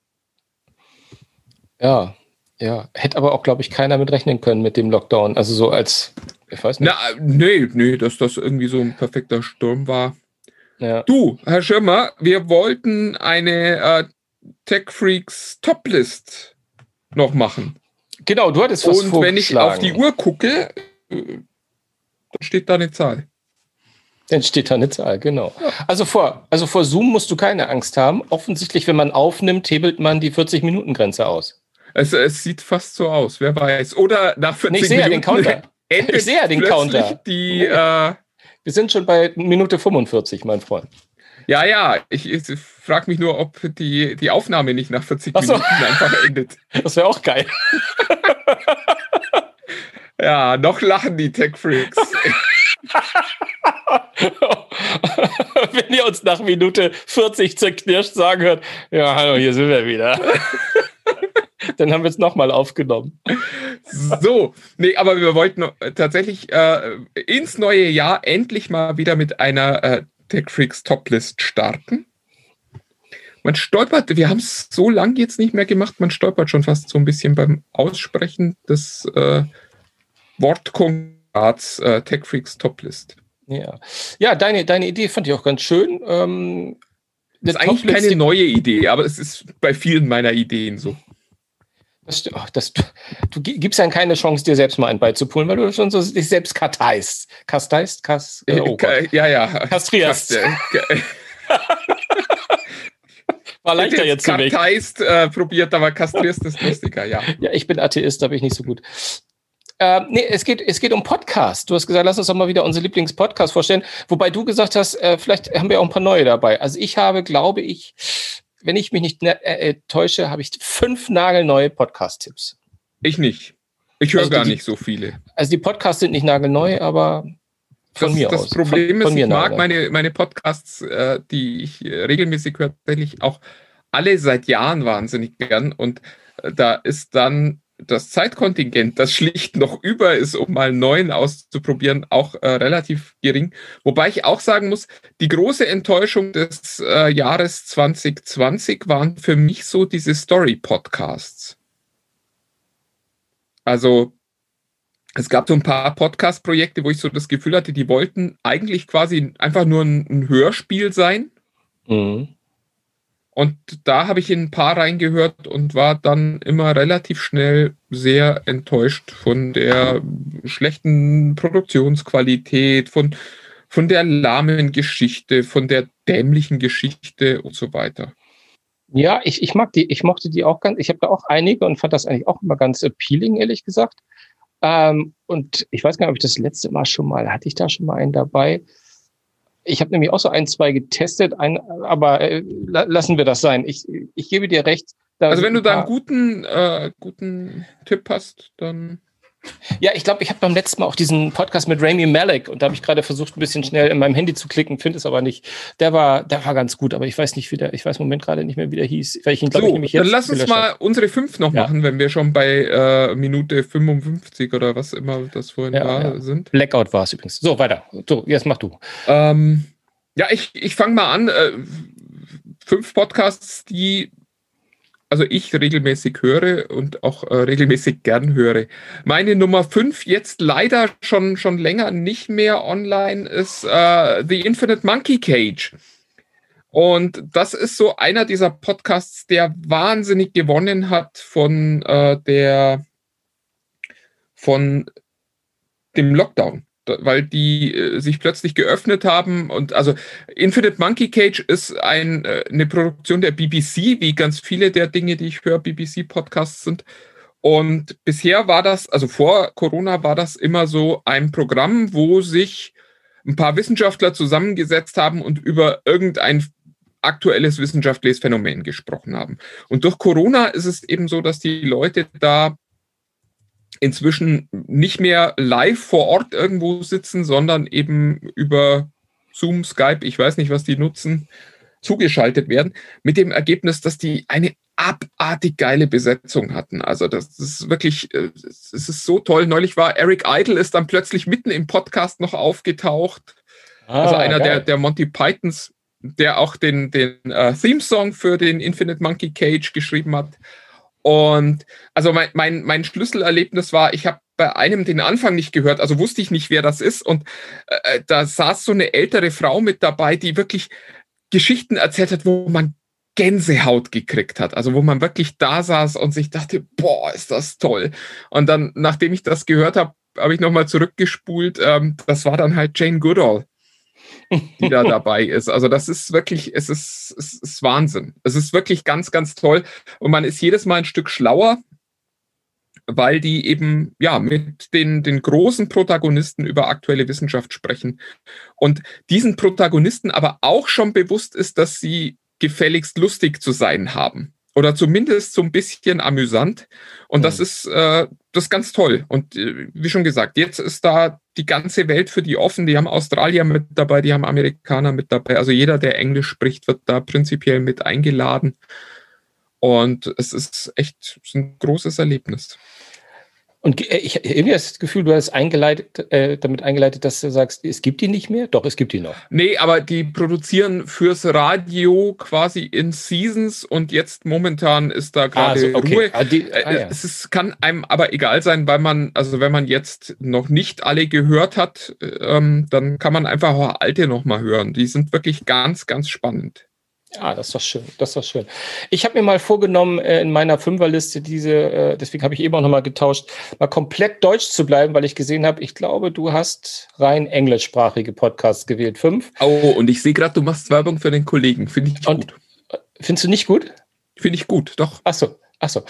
Ja. Hätte aber auch, glaube ich, keiner mit rechnen können mit dem Lockdown. Also so als, ich weiß nicht. Nee, dass das irgendwie so ein perfekter Sturm war. Ja. Du, Herr Schirmer, wir wollten eine TechFreaks Toplist noch machen. Genau, du hattest was Und wenn ich auf die Uhr gucke, dann steht da eine Zahl. Dann steht da eine Zahl, genau. Ja. Also vor Zoom musst du keine Angst haben. Offensichtlich, wenn man aufnimmt, hebelt man die 40-Minuten-Grenze aus. Es sieht fast so aus, wer weiß. Oder nach 40 Minuten. Ich sehe ja den Counter. Ich sehe ja den Counter. Wir sind schon bei Minute 45, mein Freund. Ja, ich frage mich nur, ob die Aufnahme nicht nach 40 Minuten einfach endet. Das wäre auch geil. Ja, noch lachen die TechFreaks. Wenn ihr uns nach Minute 40 zerknirscht sagen hört, ja, hallo, hier sind wir wieder. Dann haben wir es nochmal aufgenommen. So, nee, aber wir wollten tatsächlich ins neue Jahr endlich mal wieder mit einer TechFreaks Toplist starten. Man stolpert, wir haben es so lange jetzt nicht mehr gemacht, man stolpert schon fast so ein bisschen beim Aussprechen des Wortkonglomeraats TechFreaks Toplist. Ja, deine Idee fand ich auch ganz schön. Das ist eigentlich keine neue Idee, aber es ist bei vielen meiner Ideen so. Du gibst dann keine Chance, dir selbst mal einen beizupulen, weil du schon so dich selbst kastrierst. War leichter jetzt zu weg. Kasteist probiert, aber kastrierst ist lustiger, ja. Ja, ich bin Atheist, da bin ich nicht so gut. Es geht um Podcast. Du hast gesagt, lass uns doch mal wieder unsere Lieblingspodcast vorstellen. Wobei du gesagt hast, vielleicht haben wir auch ein paar neue dabei. Also ich habe, glaube ich, wenn ich mich nicht täusche, habe ich 5 nagelneue Podcast-Tipps. Ich nicht. Ich höre gar nicht so viele. Also die Podcasts sind nicht nagelneu, aber von mir aus. Das Problem ist, ich mag meine Podcasts, die ich regelmäßig höre, tatsächlich auch alle seit Jahren wahnsinnig gern. Und da ist dann das Zeitkontingent, das schlicht noch über ist, um mal einen neuen auszuprobieren, auch relativ gering. Wobei ich auch sagen muss, die große Enttäuschung des Jahres 2020 waren für mich so diese Story-Podcasts. Also es gab so ein paar Podcast-Projekte, wo ich so das Gefühl hatte, die wollten eigentlich quasi einfach nur ein Hörspiel sein. Mhm. Und da habe ich in ein paar reingehört und war dann immer relativ schnell sehr enttäuscht von der schlechten Produktionsqualität, von der lahmen Geschichte, von der dämlichen Geschichte und so weiter. Ja, ich mochte die auch ganz, ich habe da auch einige und fand das eigentlich auch immer ganz appealing, ehrlich gesagt. Und ich weiß gar nicht, ob ich das letzte Mal hatte ich da schon mal einen dabei? Ich habe nämlich auch so 1, 2 getestet, aber lassen wir das sein. Ich gebe dir recht. Also wenn du da einen guten Tipp hast, dann... Ja, ich glaube, ich habe beim letzten Mal auch diesen Podcast mit Rami Malek und da habe ich gerade versucht, ein bisschen schnell in meinem Handy zu klicken, finde es aber nicht. Der war ganz gut, aber ich weiß im Moment gerade nicht mehr, wie der hieß. Weil ich ihn, glaube ich, nämlich jetzt dann lass uns mal unsere 5 noch machen, wenn wir schon bei Minute 55 oder was immer das vorhin war sind. Blackout war es übrigens. So, weiter. So, jetzt mach du. Ich fange mal an. 5 Podcasts, die ich regelmäßig höre und auch regelmäßig gern höre. Meine Nummer 5 jetzt leider schon länger nicht mehr online ist The Infinite Monkey Cage. Und das ist so einer dieser Podcasts, der wahnsinnig gewonnen hat von dem Lockdown, weil die sich plötzlich geöffnet haben. Und also Infinite Monkey Cage ist eine Produktion der BBC, wie ganz viele der Dinge, die ich höre, BBC-Podcasts sind. Und bisher war das, also vor Corona war das immer so ein Programm, wo sich ein paar Wissenschaftler zusammengesetzt haben und über irgendein aktuelles wissenschaftliches Phänomen gesprochen haben. Und durch Corona ist es eben so, dass die Leute da inzwischen nicht mehr live vor Ort irgendwo sitzen, sondern eben über Zoom, Skype, ich weiß nicht, was die nutzen, zugeschaltet werden, mit dem Ergebnis, dass die eine abartig geile Besetzung hatten. Also das ist wirklich, es ist so toll. Neulich war Eric Idle, ist dann plötzlich mitten im Podcast noch aufgetaucht. Also einer der Monty Pythons, der auch den Theme-Song für den Infinite Monkey Cage geschrieben hat. Und also mein Schlüsselerlebnis war, ich habe bei einem den Anfang nicht gehört, also wusste ich nicht, wer das ist. Und da saß so eine ältere Frau mit dabei, die wirklich Geschichten erzählt hat, wo man Gänsehaut gekriegt hat. Also wo man wirklich da saß und sich dachte, boah, ist das toll. Und dann, nachdem ich das gehört habe, habe ich nochmal zurückgespult. Das war dann halt Jane Goodall, die da dabei ist. Also das ist wirklich, es ist Wahnsinn. Es ist wirklich ganz, ganz toll. Und man ist jedes Mal ein Stück schlauer, weil die eben ja mit den großen Protagonisten über aktuelle Wissenschaft sprechen. Und diesen Protagonisten aber auch schon bewusst ist, dass sie gefälligst lustig zu sein haben. Oder zumindest so ein bisschen amüsant. Und das ist ganz toll. Und wie schon gesagt, jetzt ist da die ganze Welt für die offen. Die haben Australier mit dabei, die haben Amerikaner mit dabei. Also jeder, der Englisch spricht, wird da prinzipiell mit eingeladen. Und es ist echt ein großes Erlebnis. Und ich habe irgendwie das Gefühl, du hast damit eingeleitet, dass du sagst, es gibt die nicht mehr? Doch, es gibt die noch. Nee, aber die produzieren fürs Radio quasi in Seasons und jetzt momentan ist da gerade Ruhe. Es kann einem aber egal sein, weil man, also wenn man jetzt noch nicht alle gehört hat, dann kann man einfach auch alte nochmal hören. Die sind wirklich ganz, ganz spannend. Ja, das ist doch schön. Das ist doch schön. Ich habe mir mal vorgenommen, in meiner Fünferliste deswegen habe ich eben auch nochmal getauscht, mal komplett deutsch zu bleiben, weil ich gesehen habe, ich glaube, du hast rein englischsprachige Podcasts gewählt. 5. Oh, und ich sehe gerade, du machst Werbung für den Kollegen. Finde ich gut. Findest du nicht gut? Finde ich gut, doch. Ach so.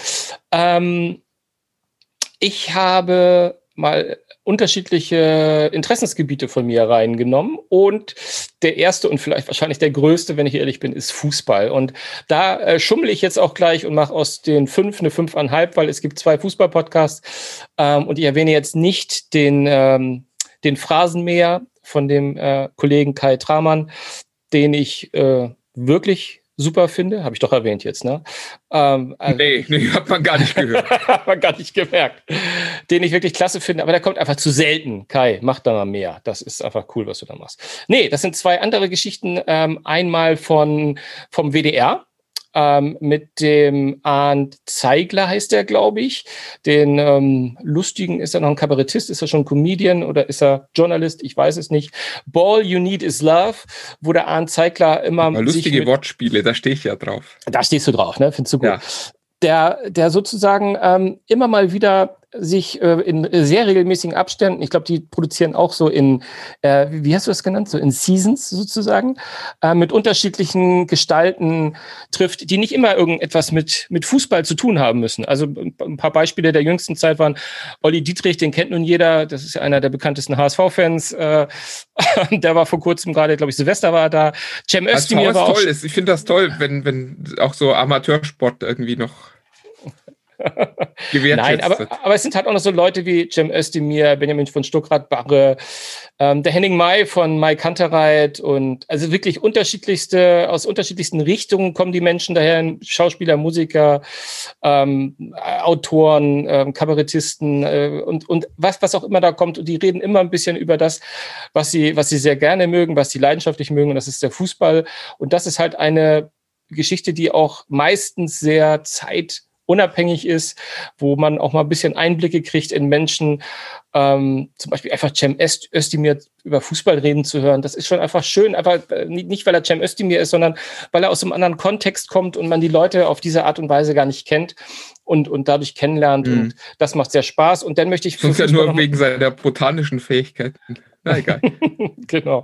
Ich habe mal unterschiedliche Interessensgebiete von mir reingenommen und der erste und vielleicht wahrscheinlich der größte, wenn ich ehrlich bin, ist Fußball. Und da schummel ich jetzt auch gleich und mache aus den 5 eine 5,5, weil es gibt 2 Fußball-Podcasts und ich erwähne jetzt nicht den Phrasenmäher von dem Kollegen Kai Tramann, den ich wirklich super finde, habe ich doch erwähnt jetzt, ne? Nee, hat man gar nicht gehört. Hat man gar nicht gemerkt. Den ich wirklich klasse finde, aber der kommt einfach zu selten. Kai, mach da mal mehr. Das ist einfach cool, was du da machst. Nee, das sind 2 andere Geschichten. Einmal vom WDR. Mit dem Arndt Zeigler heißt der, glaube ich. Den lustigen, ist er noch ein Kabarettist? Ist er schon Comedian oder ist er Journalist? Ich weiß es nicht. All You Need Is Love, wo der Arndt Zeigler immer... Aber lustige Wortspiele, da stehe ich ja drauf. Da stehst du drauf, ne? Findest du gut. Ja. Der sozusagen immer mal wieder sich in sehr regelmäßigen Abständen, ich glaube, die produzieren auch so in, wie hast du das genannt, so in Seasons sozusagen, mit unterschiedlichen Gestalten trifft, die nicht immer irgendetwas mit Fußball zu tun haben müssen. Also ein paar Beispiele der jüngsten Zeit waren Olli Dietrich, den kennt nun jeder, das ist ja einer der bekanntesten HSV-Fans, der war vor kurzem gerade, glaube ich, Silvester war da. Cem Özdemir war auch... Toll ist. Ich finde das toll, wenn auch so Amateursport irgendwie noch Nein, aber es sind halt auch noch so Leute wie Cem Özdemir, Benjamin von Stuckrad-Barre, der Henning May von Mai Kantereit und also wirklich aus unterschiedlichsten Richtungen kommen die Menschen daher, Schauspieler, Musiker, Autoren, Kabarettisten und was auch immer da kommt und die reden immer ein bisschen über das, was sie sehr gerne mögen, was sie leidenschaftlich mögen und das ist der Fußball und das ist halt eine Geschichte, die auch meistens sehr unabhängig ist, wo man auch mal ein bisschen Einblicke kriegt in Menschen, zum Beispiel einfach Cem Özdemir über Fußball reden zu hören. Das ist schon einfach schön, aber nicht, weil er Cem Özdemir ist, sondern weil er aus einem anderen Kontext kommt und man die Leute auf diese Art und Weise gar nicht kennt und dadurch kennenlernt. Und das macht sehr Spaß. Und dann möchte ich... Das ist ja nur wegen seiner botanischen Fähigkeiten. Na, egal. Genau.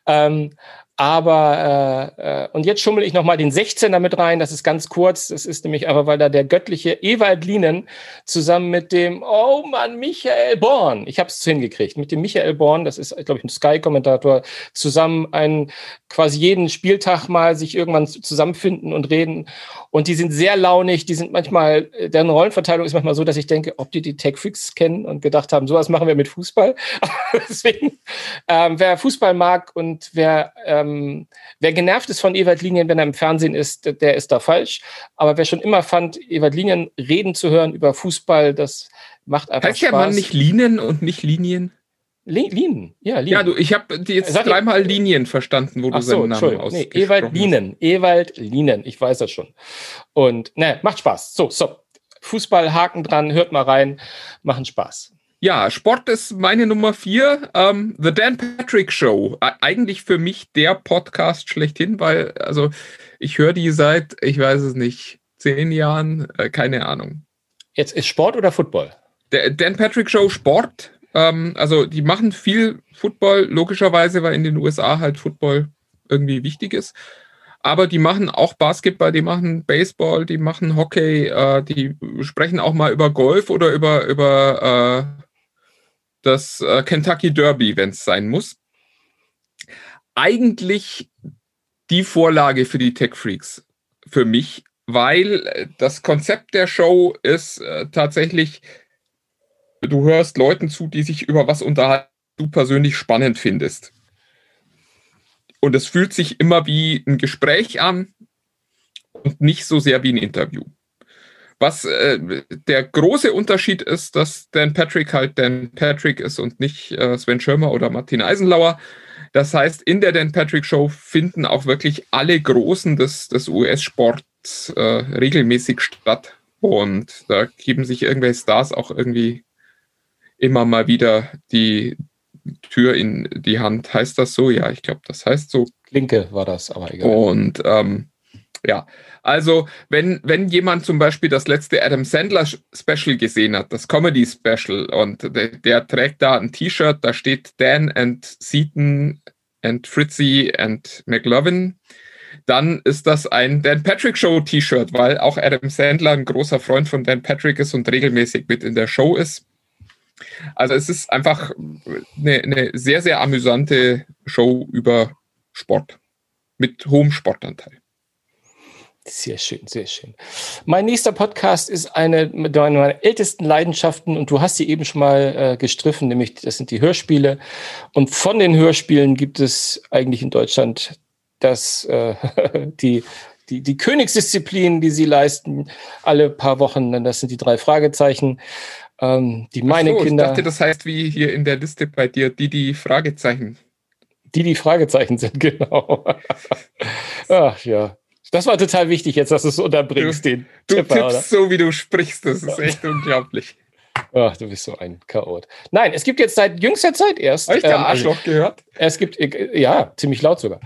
Aber und jetzt schummel ich nochmal den 16er mit rein, das ist ganz kurz, das ist nämlich aber, weil da der göttliche Ewald Lienen zusammen mit dem, Michael Born, ich habe es hingekriegt, mit dem Michael Born, das ist, glaube ich, ein Sky-Kommentator, zusammen quasi jeden Spieltag mal sich irgendwann zusammenfinden und reden und die sind sehr launig, die sind manchmal, deren Rollenverteilung ist manchmal so, dass ich denke, ob die Tech Freaks kennen und gedacht haben, sowas machen wir mit Fußball. Deswegen, wer Fußball mag und wer genervt ist von Ewald Linian, wenn er im Fernsehen ist, der ist da falsch. Aber wer schon immer fand, Ewald Linian reden zu hören über Fußball, das macht einfach heißt Spaß. Heißt der Mann nicht Linien und nicht Linien? Linien, ja, Linien. Ja, ich habe jetzt dreimal Linien verstanden, wo du seinen Namen ausgesprochen hast. Ewald Linian, ich weiß das schon. Und macht Spaß. So, Fußball, Haken dran, hört mal rein, machen Spaß. Ja, Sport ist meine Nummer 4. The Dan Patrick Show. Eigentlich für mich der Podcast schlechthin, weil, also, ich höre die seit, ich weiß es nicht, 10 Jahren, keine Ahnung. Jetzt ist Sport oder Football? Der Dan Patrick Show Sport. Also, die machen viel Football, logischerweise, weil in den USA halt Football irgendwie wichtig ist. Aber die machen auch Basketball, die machen Baseball, die machen Hockey, die sprechen auch mal über Golf oder über das Kentucky Derby, wenn es sein muss. Eigentlich die Vorlage für die Tech Freaks für mich, weil das Konzept der Show ist tatsächlich, du hörst Leuten zu, die sich über was unterhalten, du persönlich spannend findest. Und es fühlt sich immer wie ein Gespräch an und nicht so sehr wie ein Interview. Was der große Unterschied ist, dass Dan Patrick halt Dan Patrick ist und nicht Sven Schirmer oder Martin Eisenlauer. Das heißt, in der Dan Patrick Show finden auch wirklich alle Großen des US-Sports regelmäßig statt. Und da geben sich irgendwelche Stars auch irgendwie immer mal wieder die Tür in die Hand. Heißt das so? Ja, ich glaube, das heißt so. Linke war das, aber egal. Und ja, also wenn jemand zum Beispiel das letzte Adam Sandler Special gesehen hat, das Comedy Special, und der trägt da ein T-Shirt, da steht Dan and Seaton and Fritzy and McLovin, dann ist das ein Dan Patrick Show T-Shirt, weil auch Adam Sandler ein großer Freund von Dan Patrick ist und regelmäßig mit in der Show ist. Also es ist einfach eine sehr, sehr amüsante Show über Sport mit hohem Sportanteil. Sehr schön, sehr schön. Mein nächster Podcast ist eine meiner ältesten Leidenschaften und du hast sie eben schon mal gestriffen, nämlich das sind die Hörspiele. Und von den Hörspielen gibt es eigentlich in Deutschland die Königsdisziplin, die sie leisten, alle paar Wochen. Das sind die 3 Fragezeichen. Die meine Kinder. Ich dachte, das heißt wie hier in der Liste bei dir, die Fragezeichen. Die Fragezeichen sind, genau. Ach ja. Das war total wichtig jetzt, dass du es unterbringst, den Tipper, tippst oder? So, wie du sprichst, das ist echt unglaublich. Ach, du bist so ein Chaot. Nein, es gibt jetzt seit jüngster Zeit erst... Habe ich der Arschloch gehört? Es gibt, ja, ziemlich laut sogar.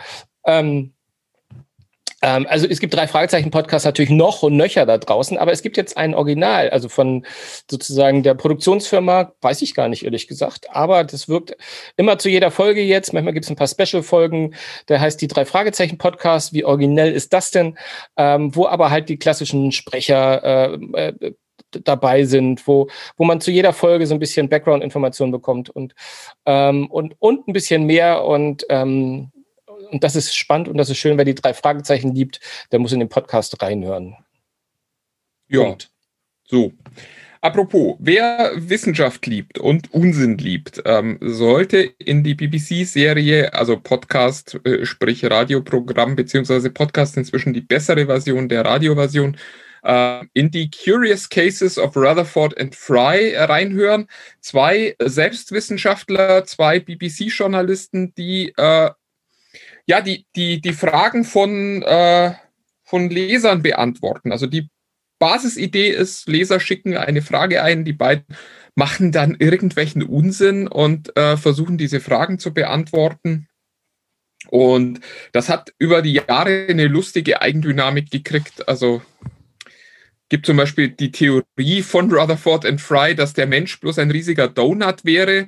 Also es gibt 3 Fragezeichen-Podcasts natürlich noch und nöcher da draußen, aber es gibt jetzt ein Original, also von sozusagen der Produktionsfirma, weiß ich gar nicht, ehrlich gesagt, aber das wirkt immer zu jeder Folge jetzt, manchmal gibt es ein paar Special-Folgen, der heißt die 3 Fragezeichen-Podcasts, wie originell ist das denn, wo aber halt die klassischen Sprecher dabei sind, wo man zu jeder Folge so ein bisschen Background-Informationen bekommt und ein bisschen mehr und das ist spannend und das ist schön, wer die 3 Fragezeichen liebt, der muss in den Podcast reinhören. Ja, so. Apropos, wer Wissenschaft liebt und Unsinn liebt, sollte in die BBC-Serie, also Podcast, sprich Radioprogramm, beziehungsweise Podcast inzwischen die bessere Version der Radioversion, in die Curious Cases of Rutherford and Fry reinhören. 2 Selbstwissenschaftler, 2 BBC-Journalisten, die die Fragen von Lesern beantworten. Also die Basisidee ist, Leser schicken eine Frage ein, die beiden machen dann irgendwelchen Unsinn und versuchen diese Fragen zu beantworten. Und das hat über die Jahre eine lustige Eigendynamik gekriegt. Also gibt zum Beispiel die Theorie von Rutherford and Fry, dass der Mensch bloß ein riesiger Donut wäre.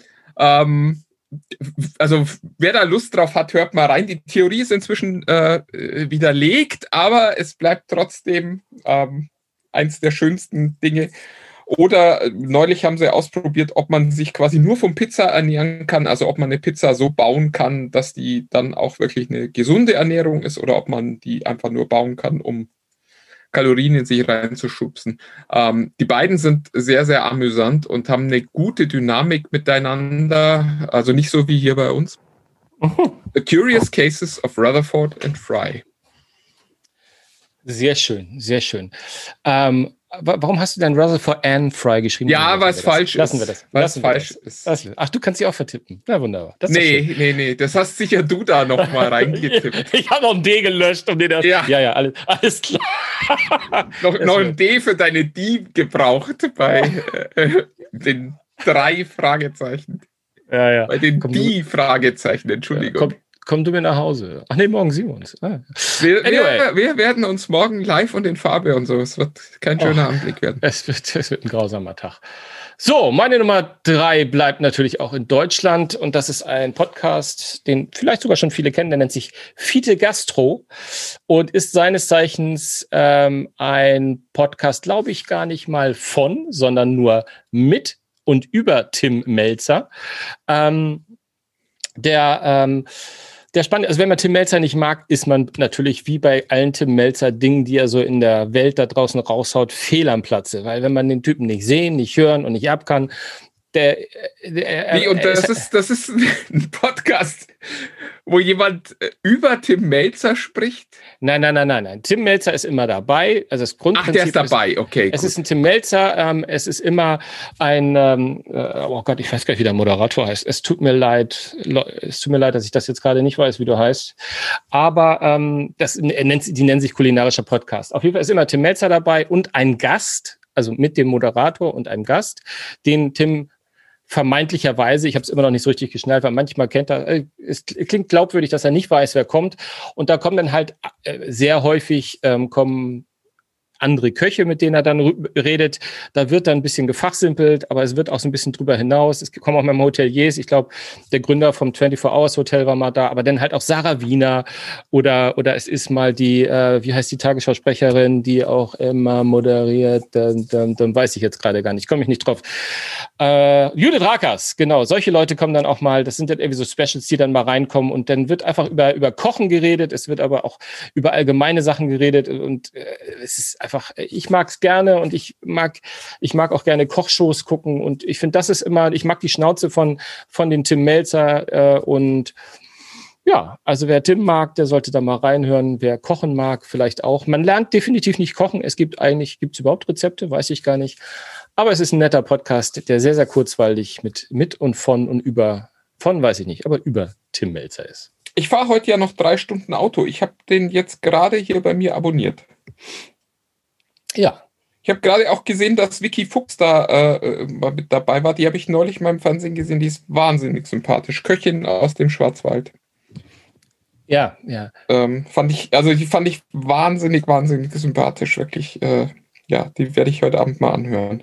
Also wer da Lust drauf hat, hört mal rein. Die Theorie ist inzwischen widerlegt, aber es bleibt trotzdem eins der schönsten Dinge. Oder neulich haben sie ausprobiert, ob man sich quasi nur von Pizza ernähren kann, also ob man eine Pizza so bauen kann, dass die dann auch wirklich eine gesunde Ernährung ist oder ob man die einfach nur bauen kann, um Kalorien in sich reinzuschubsen. Die beiden sind sehr, sehr amüsant und haben eine gute Dynamik miteinander, also nicht so wie hier bei uns. The Curious Cases of Rutherford and Fry. Sehr schön, sehr schön. Warum hast du denn Rutherford and Fry geschrieben? Ja, weil es falsch ist. Lassen wir das. Weil es falsch ist. Ach, du kannst sie auch vertippen. Na, wunderbar. Nee, das hast sicher du da noch mal reingetippt. Ich habe noch ein D gelöscht, um den das... Ja, alles klar. noch ein D für deine Die gebraucht bei den 3 Fragezeichen. Ja. Bei den Die-Fragezeichen, Entschuldigung. Komm du mir nach Hause. Ach nee, morgen sehen wir uns. Wir werden uns morgen live und in Farbe und so. Es wird kein schöner Anblick werden. Es wird ein grausamer Tag. So, meine Nummer 3 bleibt natürlich auch in Deutschland. Und das ist ein Podcast, den vielleicht sogar schon viele kennen. Der nennt sich Fiete Gastro und ist seines Zeichens ein Podcast, glaube ich, gar nicht mal von, sondern nur mit und über Tim Melzer. Der spannend, also wenn man Tim Melzer nicht mag, ist man natürlich wie bei allen Tim Melzer Dingen, die er so in der Welt da draußen raushaut, fehl am Platze. Weil wenn man den Typen nicht sehen, nicht hören und nicht ab kann, das ist ein Podcast, wo jemand über Tim Melzer spricht? Nein. Tim Melzer ist immer dabei. Also das Grundprinzip der ist dabei, okay. Es ist ein Tim Melzer, es ist immer ein, oh Gott, ich weiß gar nicht, wie der Moderator heißt. Es tut mir leid, dass ich das jetzt gerade nicht weiß, wie du heißt. Aber die nennen sich kulinarischer Podcast. Auf jeden Fall ist immer Tim Melzer dabei und ein Gast, also mit dem Moderator und einem Gast, den Tim vermeintlicherweise, ich habe es immer noch nicht so richtig geschnallt, weil manchmal kennt er, es klingt glaubwürdig, dass er nicht weiß, wer kommt. Und da kommen dann halt sehr häufig kommen andere Köche, mit denen er dann redet. Da wird dann ein bisschen gefachsimpelt, aber es wird auch so ein bisschen drüber hinaus. Es kommen auch mal Hoteliers. Ich glaube, der Gründer vom 24-Hours-Hotel war mal da, aber dann halt auch Sarah Wiener oder es ist mal die, wie heißt die Tagesschausprecherin, die auch immer moderiert, dann weiß ich jetzt gerade gar nicht, komme ich nicht drauf. Judith Rakers, genau, solche Leute kommen dann auch mal, das sind dann irgendwie so Specials, die dann mal reinkommen und dann wird einfach über Kochen geredet, es wird aber auch über allgemeine Sachen geredet und es ist einfach, ich mag es gerne und ich mag auch gerne Kochshows gucken und ich finde, das ist immer, ich mag die Schnauze von den Tim Melzer und ja, also wer Tim mag, der sollte da mal reinhören, wer kochen mag, vielleicht auch. Man lernt definitiv nicht kochen, gibt's überhaupt Rezepte, weiß ich gar nicht, aber es ist ein netter Podcast, der sehr, sehr kurzweilig mit und von und über, von weiß ich nicht, aber über Tim Melzer ist. Ich fahre heute ja noch 3 Stunden Auto, ich habe den jetzt gerade hier bei mir abonniert. Ja. Ich habe gerade auch gesehen, dass Vicky Fuchs da mit dabei war. Die habe ich neulich mal im Fernsehen gesehen. Die ist wahnsinnig sympathisch. Köchin aus dem Schwarzwald. Ja. Die fand ich wahnsinnig, wahnsinnig sympathisch. Wirklich, die werde ich heute Abend mal anhören.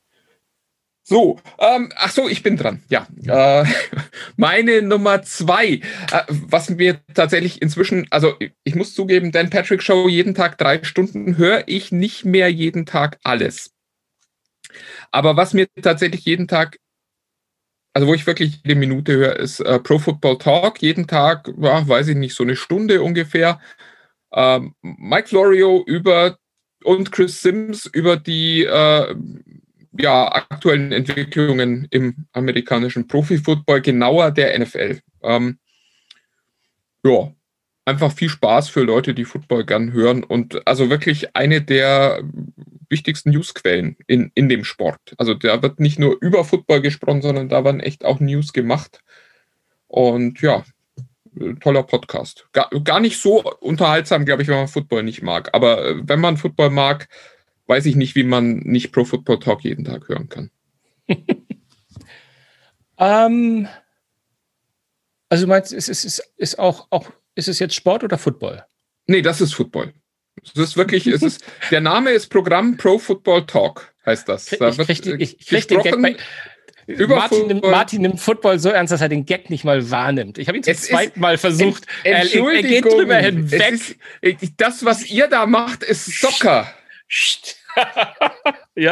So, ich bin dran. Ja, meine Nummer 2, was mir tatsächlich inzwischen, also ich muss zugeben, Dan Patrick Show jeden Tag 3 Stunden höre ich nicht mehr jeden Tag alles. Aber was mir tatsächlich jeden Tag, also wo ich wirklich jede Minute höre, ist Pro Football Talk. Jeden Tag, weiß ich nicht, so eine Stunde ungefähr. Mike Florio und Chris Sims über die aktuellen Entwicklungen im amerikanischen Profi-Football, genauer der NFL. Einfach viel Spaß für Leute, die Football gern hören und also wirklich eine der wichtigsten Newsquellen in dem Sport. Also da wird nicht nur über Football gesprochen, sondern da werden echt auch News gemacht. Und ja, toller Podcast. Gar nicht so unterhaltsam, glaube ich, wenn man Football nicht mag. Aber wenn man Football mag, weiß ich nicht, wie man nicht Pro Football Talk jeden Tag hören kann. Also du meinst, ist es jetzt Sport oder Football? Nee, das ist Football. Es ist wirklich, der Name ist Programm Pro Football Talk, heißt das. Ich krieg den Gag Martin nimmt Football so ernst, dass er den Gag nicht mal wahrnimmt. Ich habe ihn zum zweiten Mal versucht. Er geht drüber hinweg. Das, was ihr da macht, ist Soccer.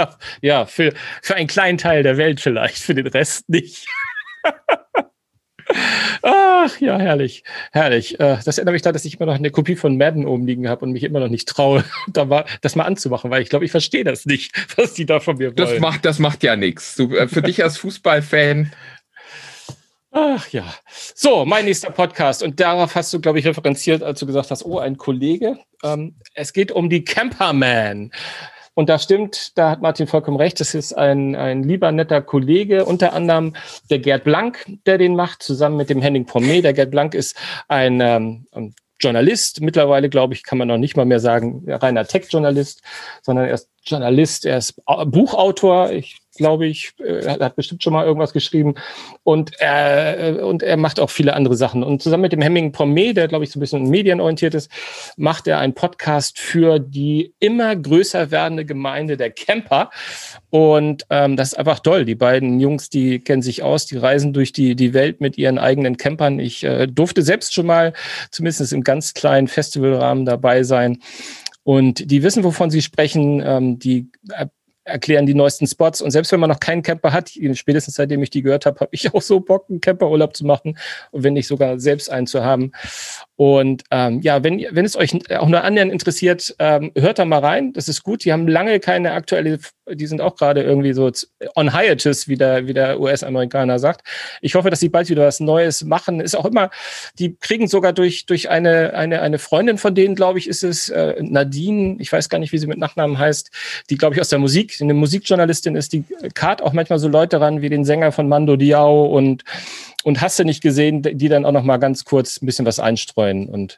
Ja, für einen kleinen Teil der Welt vielleicht, für den Rest nicht. Ach, ja, herrlich. Herrlich. Das erinnert mich daran, dass ich immer noch eine Kopie von Madden oben liegen habe und mich immer noch nicht traue, das mal anzumachen, weil ich glaube, ich verstehe das nicht, was die da von mir wollen. Das macht ja nichts. Für dich als Fußballfan. Ach ja. So, mein nächster Podcast. Und darauf hast du, glaube ich, referenziert, als du gesagt hast, oh, ein Kollege. Es geht um die Camperman. Und da stimmt, da hat Martin vollkommen recht. Das ist ein lieber, netter Kollege, unter anderem der Gerd Blank, der den macht, zusammen mit dem Henning Pommet. Der Gerd Blank ist ein Journalist. Mittlerweile, glaube ich, kann man noch nicht mal mehr sagen, reiner Tech-Journalist, sondern er ist Journalist, er ist Buchautor. Er hat bestimmt schon mal irgendwas geschrieben und er macht auch viele andere Sachen. Und zusammen mit dem Henning Pommet, der, glaube ich, so ein bisschen medienorientiert ist, macht er einen Podcast für die immer größer werdende Gemeinde der Camper. Und das ist einfach toll. Die beiden Jungs, die kennen sich aus, die reisen durch die Welt mit ihren eigenen Campern. Ich durfte selbst schon mal, zumindest im ganz kleinen Festivalrahmen, dabei sein. Und die wissen, wovon sie sprechen. Die erklären die neuesten Spots. Und selbst wenn man noch keinen Camper hat, spätestens seitdem ich die gehört habe, habe ich auch so Bock, einen Camperurlaub zu machen und wenn nicht sogar selbst einen zu haben. Und wenn es euch auch nur annähernd interessiert, hört da mal rein. Das ist gut. Die haben lange keine aktuelle, die sind auch gerade irgendwie so on hiatus, wie der US-Amerikaner sagt. Ich hoffe, dass sie bald wieder was Neues machen. Ist auch immer, die kriegen sogar durch eine Freundin von denen, glaube ich, ist es, Nadine, ich weiß gar nicht, wie sie mit Nachnamen heißt, die, glaube ich, aus der Musik, eine Musikjournalistin ist, die karrt auch manchmal so Leute ran, wie den Sänger von Mando Diao und hast du nicht gesehen, die dann auch noch mal ganz kurz ein bisschen was einstreuen. Und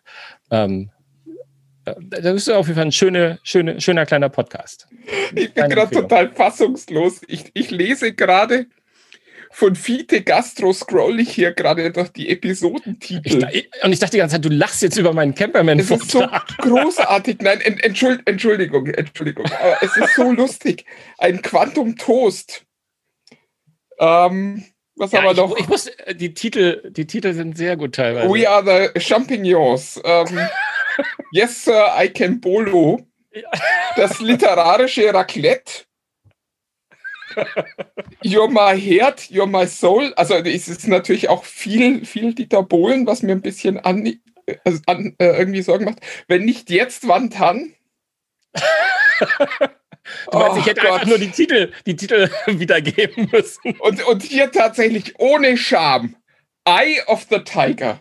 das ist auf jeden Fall ein schöner kleiner Podcast. Ich bin gerade total fassungslos. Ich lese gerade von Fiete Gastro, scroll ich hier gerade durch die Episodentitel. Und ich dachte die ganze Zeit, du lachst jetzt über meinen Camperman-Vortrag. Es ist so großartig. Nein, Entschuldigung. Aber es ist so lustig. Ein Quantum Toast. Was haben wir noch? Ich muss, die Titel sind sehr gut teilweise. We are the Champignons. Yes, Sir, I can Bolo. Das literarische Raclette. You're my heart, you're my soul. Also es ist natürlich auch viel Dieter Bohlen, was mir ein bisschen irgendwie Sorgen macht. Wenn nicht jetzt, wann dann? Du meinst, ich hätte einfach nur die Titel wiedergeben müssen. Und hier tatsächlich ohne Scham. Eye of the Tiger.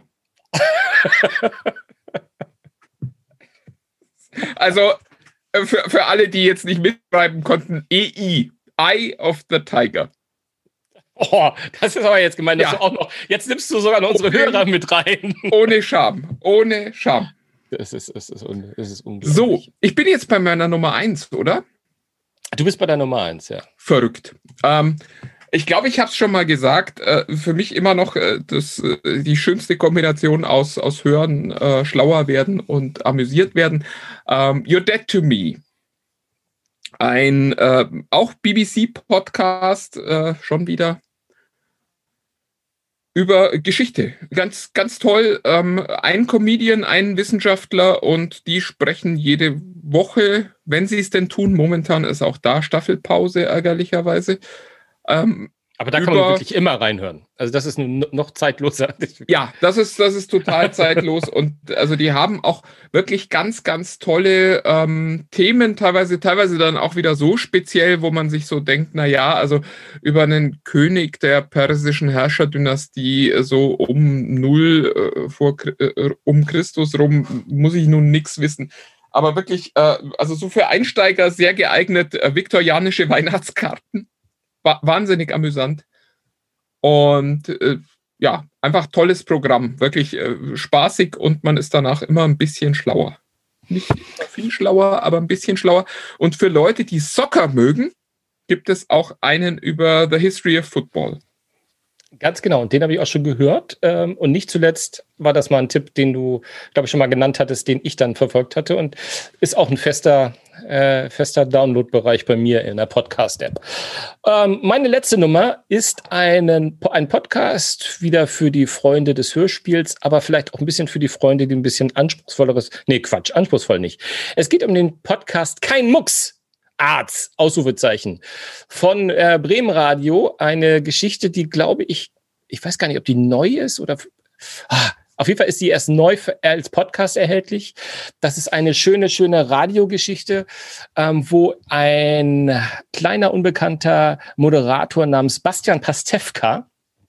Also für alle, die jetzt nicht mitschreiben konnten, EI. Eye of the Tiger. Oh, das ist aber jetzt gemeint, dass du auch noch. Jetzt nimmst du sogar noch unsere Hörer mit rein. Ohne Scham. Es ist unglaublich. So, ich bin jetzt bei meiner Nummer 1, oder? Du bist bei der Nummer 1, ja. Verrückt. Ich glaube, ich habe es schon mal gesagt. Für mich immer noch die schönste Kombination aus Hören, schlauer werden und amüsiert werden. You're Dead to Me. Ein auch BBC-Podcast, schon wieder, über Geschichte. Ganz, ganz toll. Ein Comedian, ein Wissenschaftler und die sprechen jede Woche, wenn sie es denn tun. Momentan ist auch da Staffelpause, ärgerlicherweise. Aber da kann man wirklich immer reinhören. Also das ist noch zeitloser. Ja, das ist total zeitlos. Und also die haben auch wirklich ganz, ganz tolle Themen, teilweise dann auch wieder so speziell, wo man sich so denkt, na ja, also über einen König der persischen Herrscherdynastie so um 0 um Christus rum muss ich nun nichts wissen. Aber wirklich, also so für Einsteiger sehr geeignet, viktorianische Weihnachtskarten. Wahnsinnig amüsant. Und ja, einfach tolles Programm. Wirklich spaßig und man ist danach immer ein bisschen schlauer. Nicht viel schlauer, aber ein bisschen schlauer. Und für Leute, die Soccer mögen, gibt es auch einen über The History of Football. Ganz genau, und den habe ich auch schon gehört. Und nicht zuletzt war das mal ein Tipp, den du, glaube ich, schon mal genannt hattest, den ich dann verfolgt hatte und ist auch ein fester Download-Bereich bei mir in der Podcast-App. Meine letzte Nummer ist ein Podcast wieder für die Freunde des Hörspiels, aber vielleicht auch ein bisschen für die Freunde, die ein bisschen anspruchsvoll nicht. Es geht um den Podcast Kein Mucks. Arts, Ausrufezeichen, von Bremen Radio. Eine Geschichte, die, glaube ich ich weiß gar nicht, ob die neu ist oder... Auf jeden Fall ist sie erst neu als Podcast erhältlich. Das ist eine schöne Radiogeschichte, wo ein kleiner, unbekannter Moderator namens Bastian Pastewka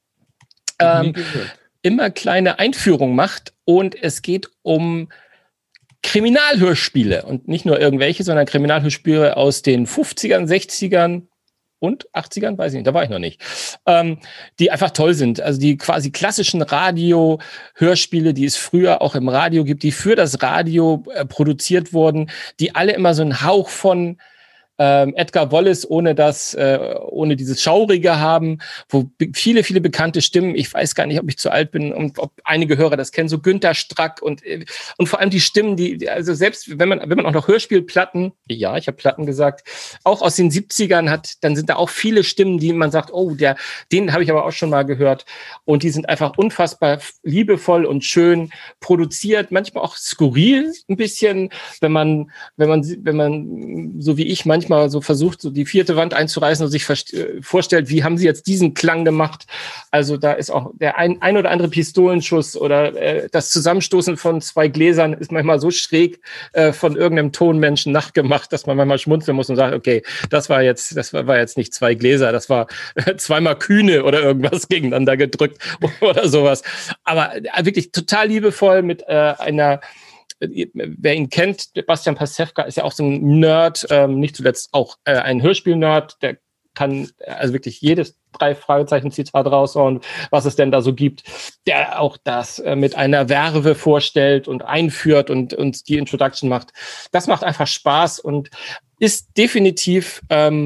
immer kleine Einführungen macht. Und es geht um Kriminalhörspiele. Und nicht nur irgendwelche, sondern Kriminalhörspiele aus den 50ern, 60ern, und 80ern, weiß ich nicht, da war ich noch nicht, die einfach toll sind. Also die quasi klassischen Radio-Hörspiele, die es früher auch im Radio gibt, die für das Radio produziert wurden, die alle immer so einen Hauch von Edgar Wallace ohne dieses Schaurige haben, wo viele bekannte Stimmen, ich weiß gar nicht, ob ich zu alt bin und ob einige Hörer das kennen, so Günter Strack und vor allem die Stimmen, also selbst wenn man auch noch Hörspielplatten, ja, ich habe Platten gesagt, auch aus den 70ern hat, dann sind da auch viele Stimmen, die man sagt, oh, den habe ich aber auch schon mal gehört und die sind einfach unfassbar liebevoll und schön produziert, manchmal auch skurril ein bisschen, wenn man so wie ich manchmal so versucht, so die vierte Wand einzureißen und sich vorstellt, wie haben sie jetzt diesen Klang gemacht. Also da ist auch der ein oder andere Pistolenschuss oder das Zusammenstoßen von zwei Gläsern ist manchmal so schräg von irgendeinem Tonmenschen nachgemacht, dass man manchmal schmunzeln muss und sagt, okay, das war jetzt nicht zwei Gläser, das war zweimal Kühne oder irgendwas gegeneinander gedrückt oder sowas. Aber wirklich total liebevoll mit einer... Wer ihn kennt, Bastian Pastewka ist ja auch so ein Nerd, nicht zuletzt auch ein Hörspiel-Nerd, der kann also wirklich jedes 3-Fragezeichen-Zitat raushauen, was es denn da so gibt, der auch das mit einer Verve vorstellt und einführt und die Introduction macht. Das macht einfach Spaß und ist definitiv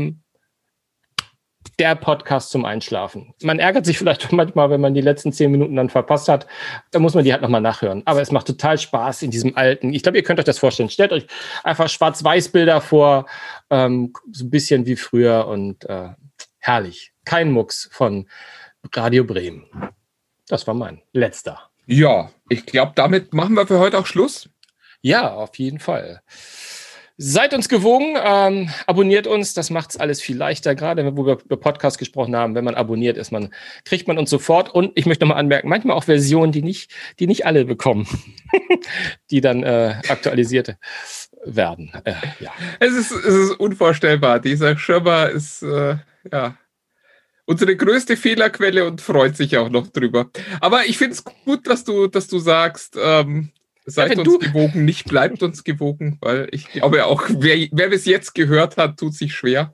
der Podcast zum Einschlafen. Man ärgert sich vielleicht manchmal, wenn man die letzten 10 Minuten dann verpasst hat. Da muss man die halt nochmal nachhören. Aber es macht total Spaß in diesem alten. Ich glaube, ihr könnt euch das vorstellen. Stellt euch einfach Schwarz-Weiß-Bilder vor, so ein bisschen wie früher und herrlich. Kein Mucks von Radio Bremen. Das war mein letzter. Ja, ich glaube, damit machen wir für heute auch Schluss. Ja, auf jeden Fall. Seid uns gewogen, abonniert uns, das macht es alles viel leichter, gerade wo wir über Podcast gesprochen haben, wenn man abonniert ist, kriegt man uns sofort und ich möchte nochmal anmerken, manchmal auch Versionen, die nicht alle bekommen, die dann aktualisiert werden. Ja. Es ist unvorstellbar, dieser Schirmer ist unsere größte Fehlerquelle und freut sich auch noch drüber. Aber ich finde es gut, dass du sagst, seid uns gewogen, nicht bleibt uns gewogen, weil ich glaube auch, wer bis jetzt gehört hat, tut sich schwer.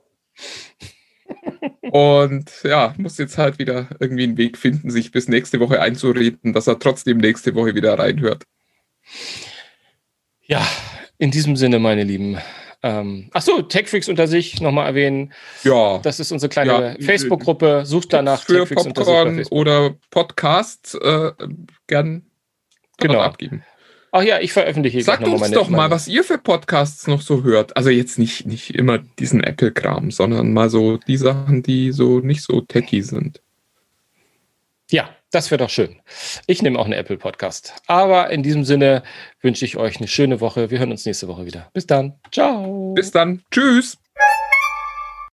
Und ja, muss jetzt halt wieder irgendwie einen Weg finden, sich bis nächste Woche einzureden, dass er trotzdem nächste Woche wieder reinhört. Ja, in diesem Sinne, meine Lieben. Achso, TechFreaks unter sich nochmal erwähnen. Ja. Das ist unsere kleine Facebook-Gruppe. Sucht danach für TechFreaks unter sich bei Facebook. Oder Podcasts gern abgeben. Ach ja, ich veröffentliche hier nochmal meine... Sagt uns doch mal, was ihr für Podcasts noch so hört. Also jetzt nicht immer diesen Apple-Kram, sondern mal so die Sachen, die so nicht so techy sind. Ja, das wäre doch schön. Ich nehme auch einen Apple-Podcast. Aber in diesem Sinne wünsche ich euch eine schöne Woche. Wir hören uns nächste Woche wieder. Bis dann. Ciao. Bis dann. Tschüss.